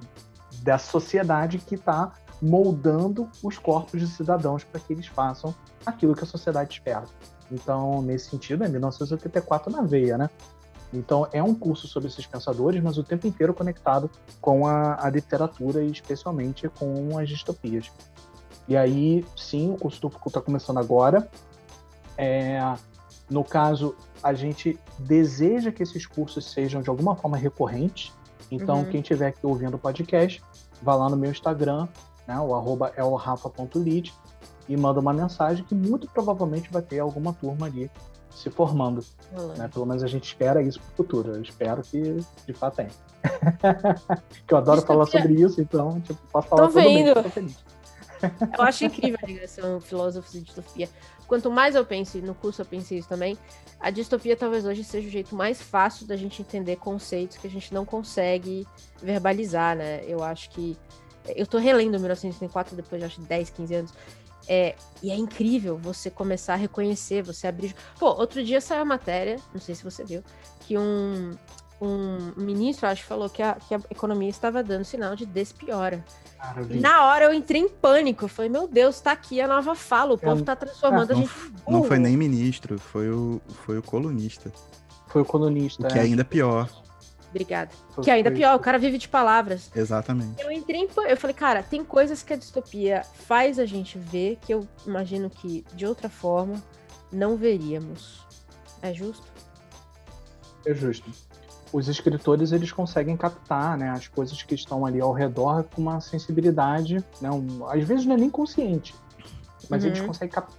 da sociedade que está moldando os corpos de cidadãos para que eles façam aquilo que a sociedade espera. Então, nesse sentido, é 1984 na veia, né? Então, é um curso sobre esses pensadores, mas o tempo inteiro conectado com a literatura e especialmente com as distopias. E aí, sim, o curso do Foucault está começando agora. No caso, a gente deseja que esses cursos sejam de alguma forma recorrentes. Então, quem estiver aqui ouvindo o podcast, vá lá no meu Instagram, né, o @elrafa.lid, e manda uma mensagem que muito provavelmente vai ter alguma turma ali se formando. Né? Pelo menos a gente espera isso para o futuro. Eu espero que de fato tenha. Que eu adoro falar sobre isso, então posso falar todo mês. Tô feliz. Eu acho incrível a ligação filósofos e distopia. Quanto mais eu penso, e no curso eu pensei isso também, a distopia talvez hoje seja o jeito mais fácil da gente entender conceitos que a gente não consegue verbalizar, né? Eu acho que... Eu tô relendo 1984 depois de, acho, 10, 15 anos. E é incrível você começar a reconhecer, você abrir... Pô, outro dia saiu a matéria, não sei se você viu, que um ministro, acho, falou que a economia estava dando sinal de despiora. E na hora eu entrei em pânico. Eu falei, meu Deus, tá aqui a nova fala. O povo tá transformando a gente em burro. Não foi nem ministro, foi o colunista. Foi o colunista. O que é ainda pior. Obrigada. Que ainda pior, o cara vive de palavras. Exatamente. Eu entrei em pânico. Eu falei, cara, tem coisas que a distopia faz a gente ver que eu imagino que, de outra forma, não veríamos. É justo? É justo. Os escritores, eles conseguem captar, né, as coisas que estão ali ao redor com uma sensibilidade, né, às vezes não é nem consciente, mas eles conseguem captar,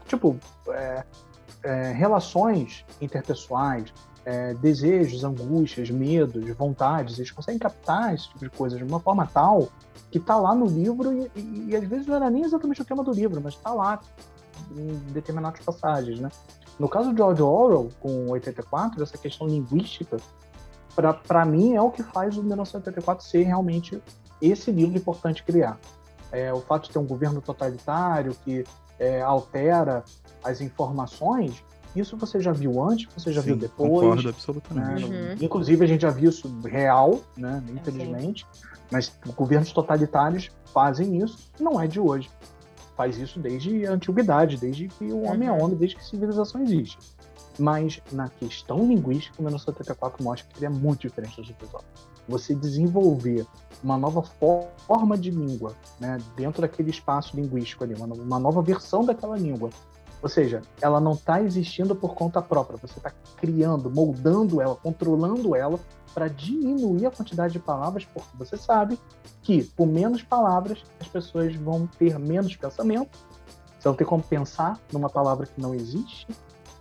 relações interpessoais, desejos, angústias, medos, vontades, eles conseguem captar esse tipo de coisa de uma forma tal que está lá no livro e às vezes não era nem exatamente o tema do livro, mas está lá em determinadas passagens, né. No caso de George Orwell, com 84, essa questão linguística, para mim, é o que faz o 1984 ser realmente esse livro importante criar. O fato de ter um governo totalitário que altera as informações, isso você já viu antes, você já viu depois. Concordo absolutamente. Né? Inclusive, a gente já viu isso real, né? Infelizmente, mas governos totalitários fazem isso, não é de hoje. Faz isso desde a antiguidade, desde que o homem é homem, desde que a civilização existe. Mas na questão linguística, o 1984 mostra que ele é muito diferente dos episódios. Você desenvolver uma nova forma de língua, né, dentro daquele espaço linguístico ali, uma nova versão daquela língua. Ou seja, ela não está existindo por conta própria, você está criando, moldando ela, controlando ela para diminuir a quantidade de palavras, porque você sabe que com menos palavras as pessoas vão ter menos pensamento, você vai ter como pensar numa palavra que não existe.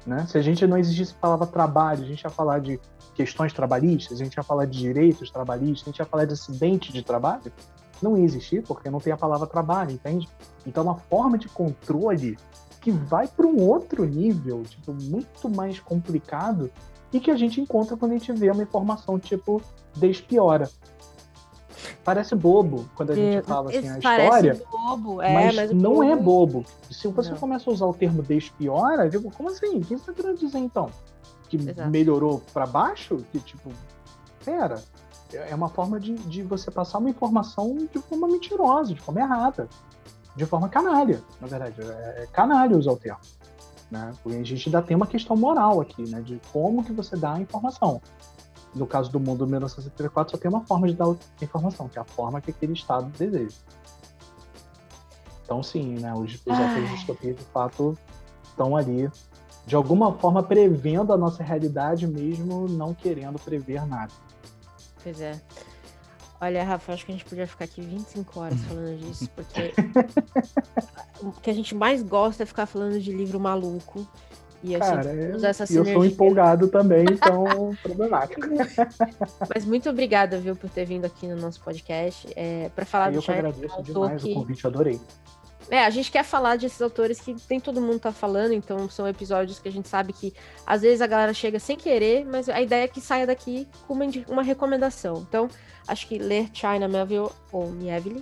né? Se a gente não existisse a palavra trabalho, a gente ia falar de questões trabalhistas, a gente ia falar de direitos trabalhistas, a gente ia falar de acidente de trabalho, não ia existir, porque não tem a palavra trabalho, entende? Então, uma forma de controle que vai para um outro nível, tipo, muito mais complicado, e que a gente encontra quando a gente vê uma informação, tipo, despiora. Parece bobo quando a gente fala assim, a história, bobo, mas não é bobo. Se você não. começa a usar o termo despiora, tipo, como assim? O que você está querendo dizer, então? Que Exato. melhorou para baixo? Que, tipo, pera, é uma forma de você passar uma informação de forma mentirosa, de forma errada, de forma canalha, na verdade. É canalha usar o termo, né? Porque a gente ainda tem uma questão moral aqui, né? De como que você dá a informação. No caso do mundo 1974, só tem uma forma de dar a informação, que é a forma que aquele Estado deseja. Então, sim, né? Os autores de distopia, de fato, estão ali, de alguma forma, prevendo a nossa realidade, mesmo não querendo prever nada. Pois é. Olha, Rafa, acho que a gente podia ficar aqui 25 horas falando disso, porque o que a gente mais gosta é ficar falando de livro maluco. E eu Cara, usar essa eu sinergia. sou empolgado também, então problemático. Mas muito obrigada, viu, por ter vindo aqui no nosso podcast para falar do Eu que China. agradeço demais o convite, adorei. A gente quer falar desses autores que nem todo mundo tá falando, então são episódios que a gente sabe que às vezes a galera chega sem querer, mas a ideia é que saia daqui com uma recomendação. Então, acho que ler China Miéville ou Miéville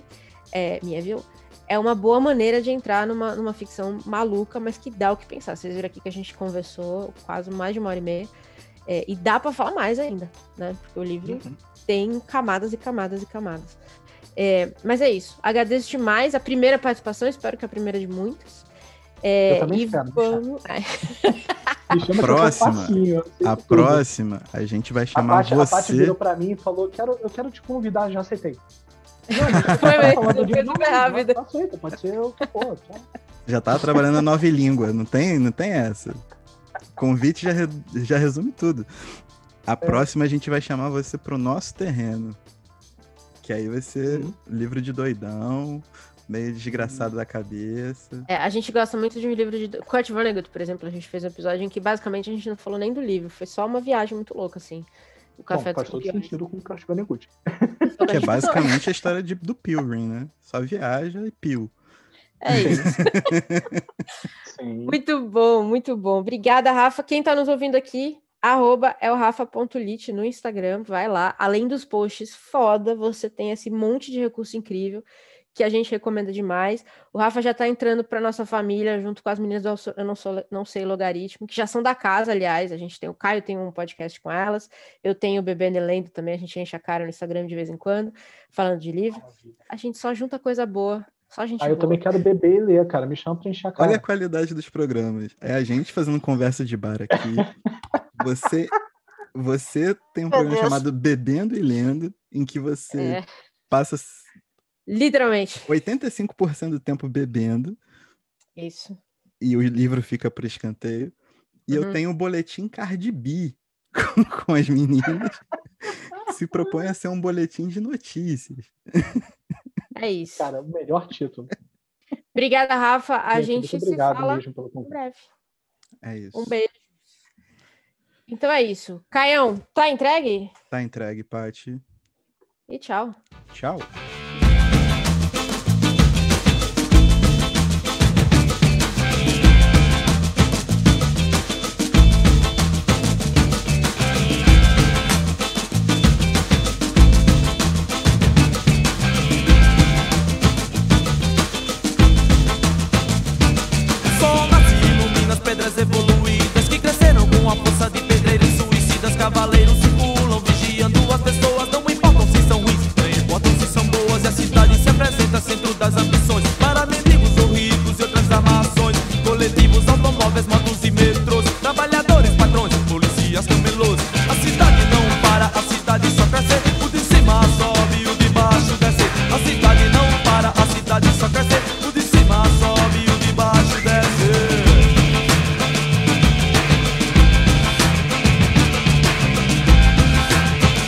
é uma boa maneira de entrar numa ficção maluca, mas que dá o que pensar. Vocês viram aqui que a gente conversou quase mais de 1h30, e dá pra falar mais ainda, né? Porque o livro tem camadas e camadas e camadas. Mas é isso. Agradeço demais a primeira participação, espero que a primeira de muitas. Eu também espero. Me chama a próxima, a gente vai chamar você. A Paty virou pra mim e falou, eu quero te convidar, já aceitei. Foi rápido. Aceita, pode ser o que for. Já tá trabalhando a nova língua, não tem essa. Convite já resume tudo. A próxima a gente vai chamar você pro nosso terreno. Que aí vai ser livro de doidão, meio desgraçado da cabeça. A gente gosta muito de um livro de... Kurt Vonnegut, por exemplo, a gente fez um episódio em que basicamente a gente não falou nem do livro, foi só uma viagem muito louca, assim. O Café faz todo sentido com o Kurt Vonnegut. Que é basicamente a história do Pilgrim, né? Só viaja e pio. É isso. Sim. Muito bom, muito bom. Obrigada, Rafa. Quem tá nos ouvindo aqui, @elrafa.lit no Instagram, vai lá. Além dos posts foda, você tem esse monte de recurso incrível que a gente recomenda demais. O Rafa já tá entrando pra nossa família, junto com as meninas do Eu Não Sei Logaritmo, que já são da casa, aliás. A gente tem o Caio, tem um podcast com elas. Eu tenho o Bebendo e Lendo também, a gente enche a cara no Instagram de vez em quando, falando de livro. A gente só junta coisa boa. Só gente boa. Eu também quero beber e ler, cara. Me chama pra encher a cara. Olha a qualidade dos programas. É a gente fazendo conversa de bar aqui. Você tem um programa chamado Bebendo e Lendo, em que você passa... Literalmente. 85% do tempo bebendo. Isso. E o livro fica para escanteio. E eu tenho o boletim Cardi B com as meninas. Se propõe a ser um boletim de notícias. É isso. Cara, o melhor título. Obrigada, Rafa. A gente se fala mesmo pelo em breve. É isso. Um beijo. Então é isso. Caião, tá entregue? Tá entregue, Paty. E tchau. Tchau. Evoluídas que cresceram com a força de pedreiros suicidas. Cavaleiros circulam, vigiando as pessoas. Não importam se são ruins, não importam se são boas. E a cidade se apresenta centro das ambições para mendigos ou ricos e outras armações. Coletivos, automóveis, motos e metrôs. Trabalhadores, patrões, polícias, camelôs. A cidade não para, a cidade só cresce. O de cima sobe e o de baixo desce. A cidade não para, a cidade só cresce. O de cima sobe e o de baixo desce.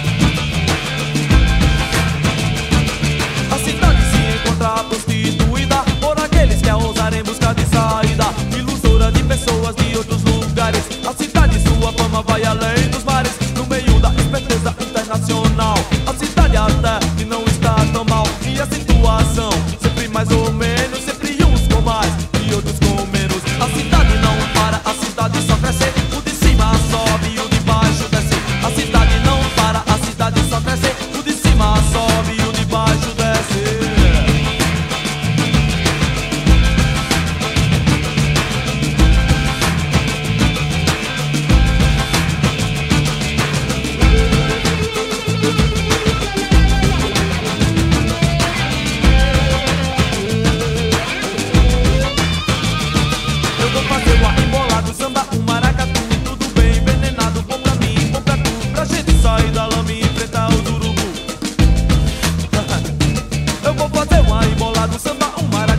A prostituída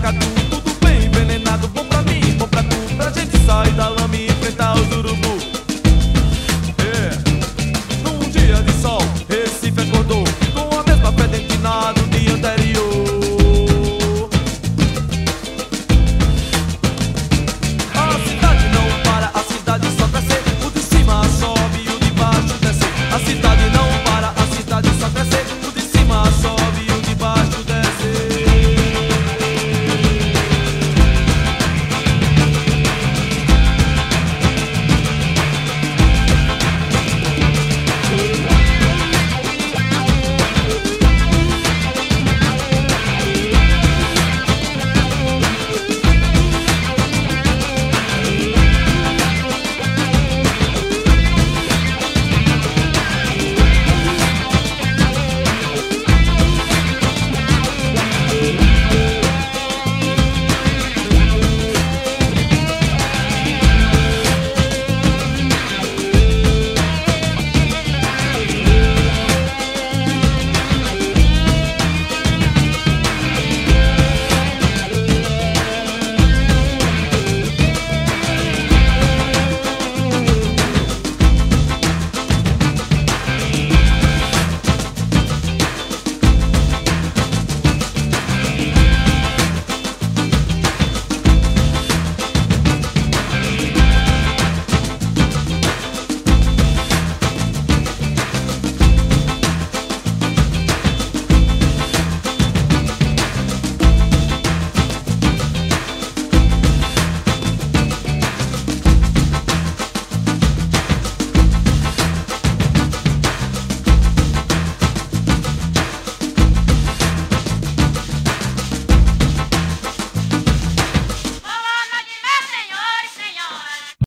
maracatu.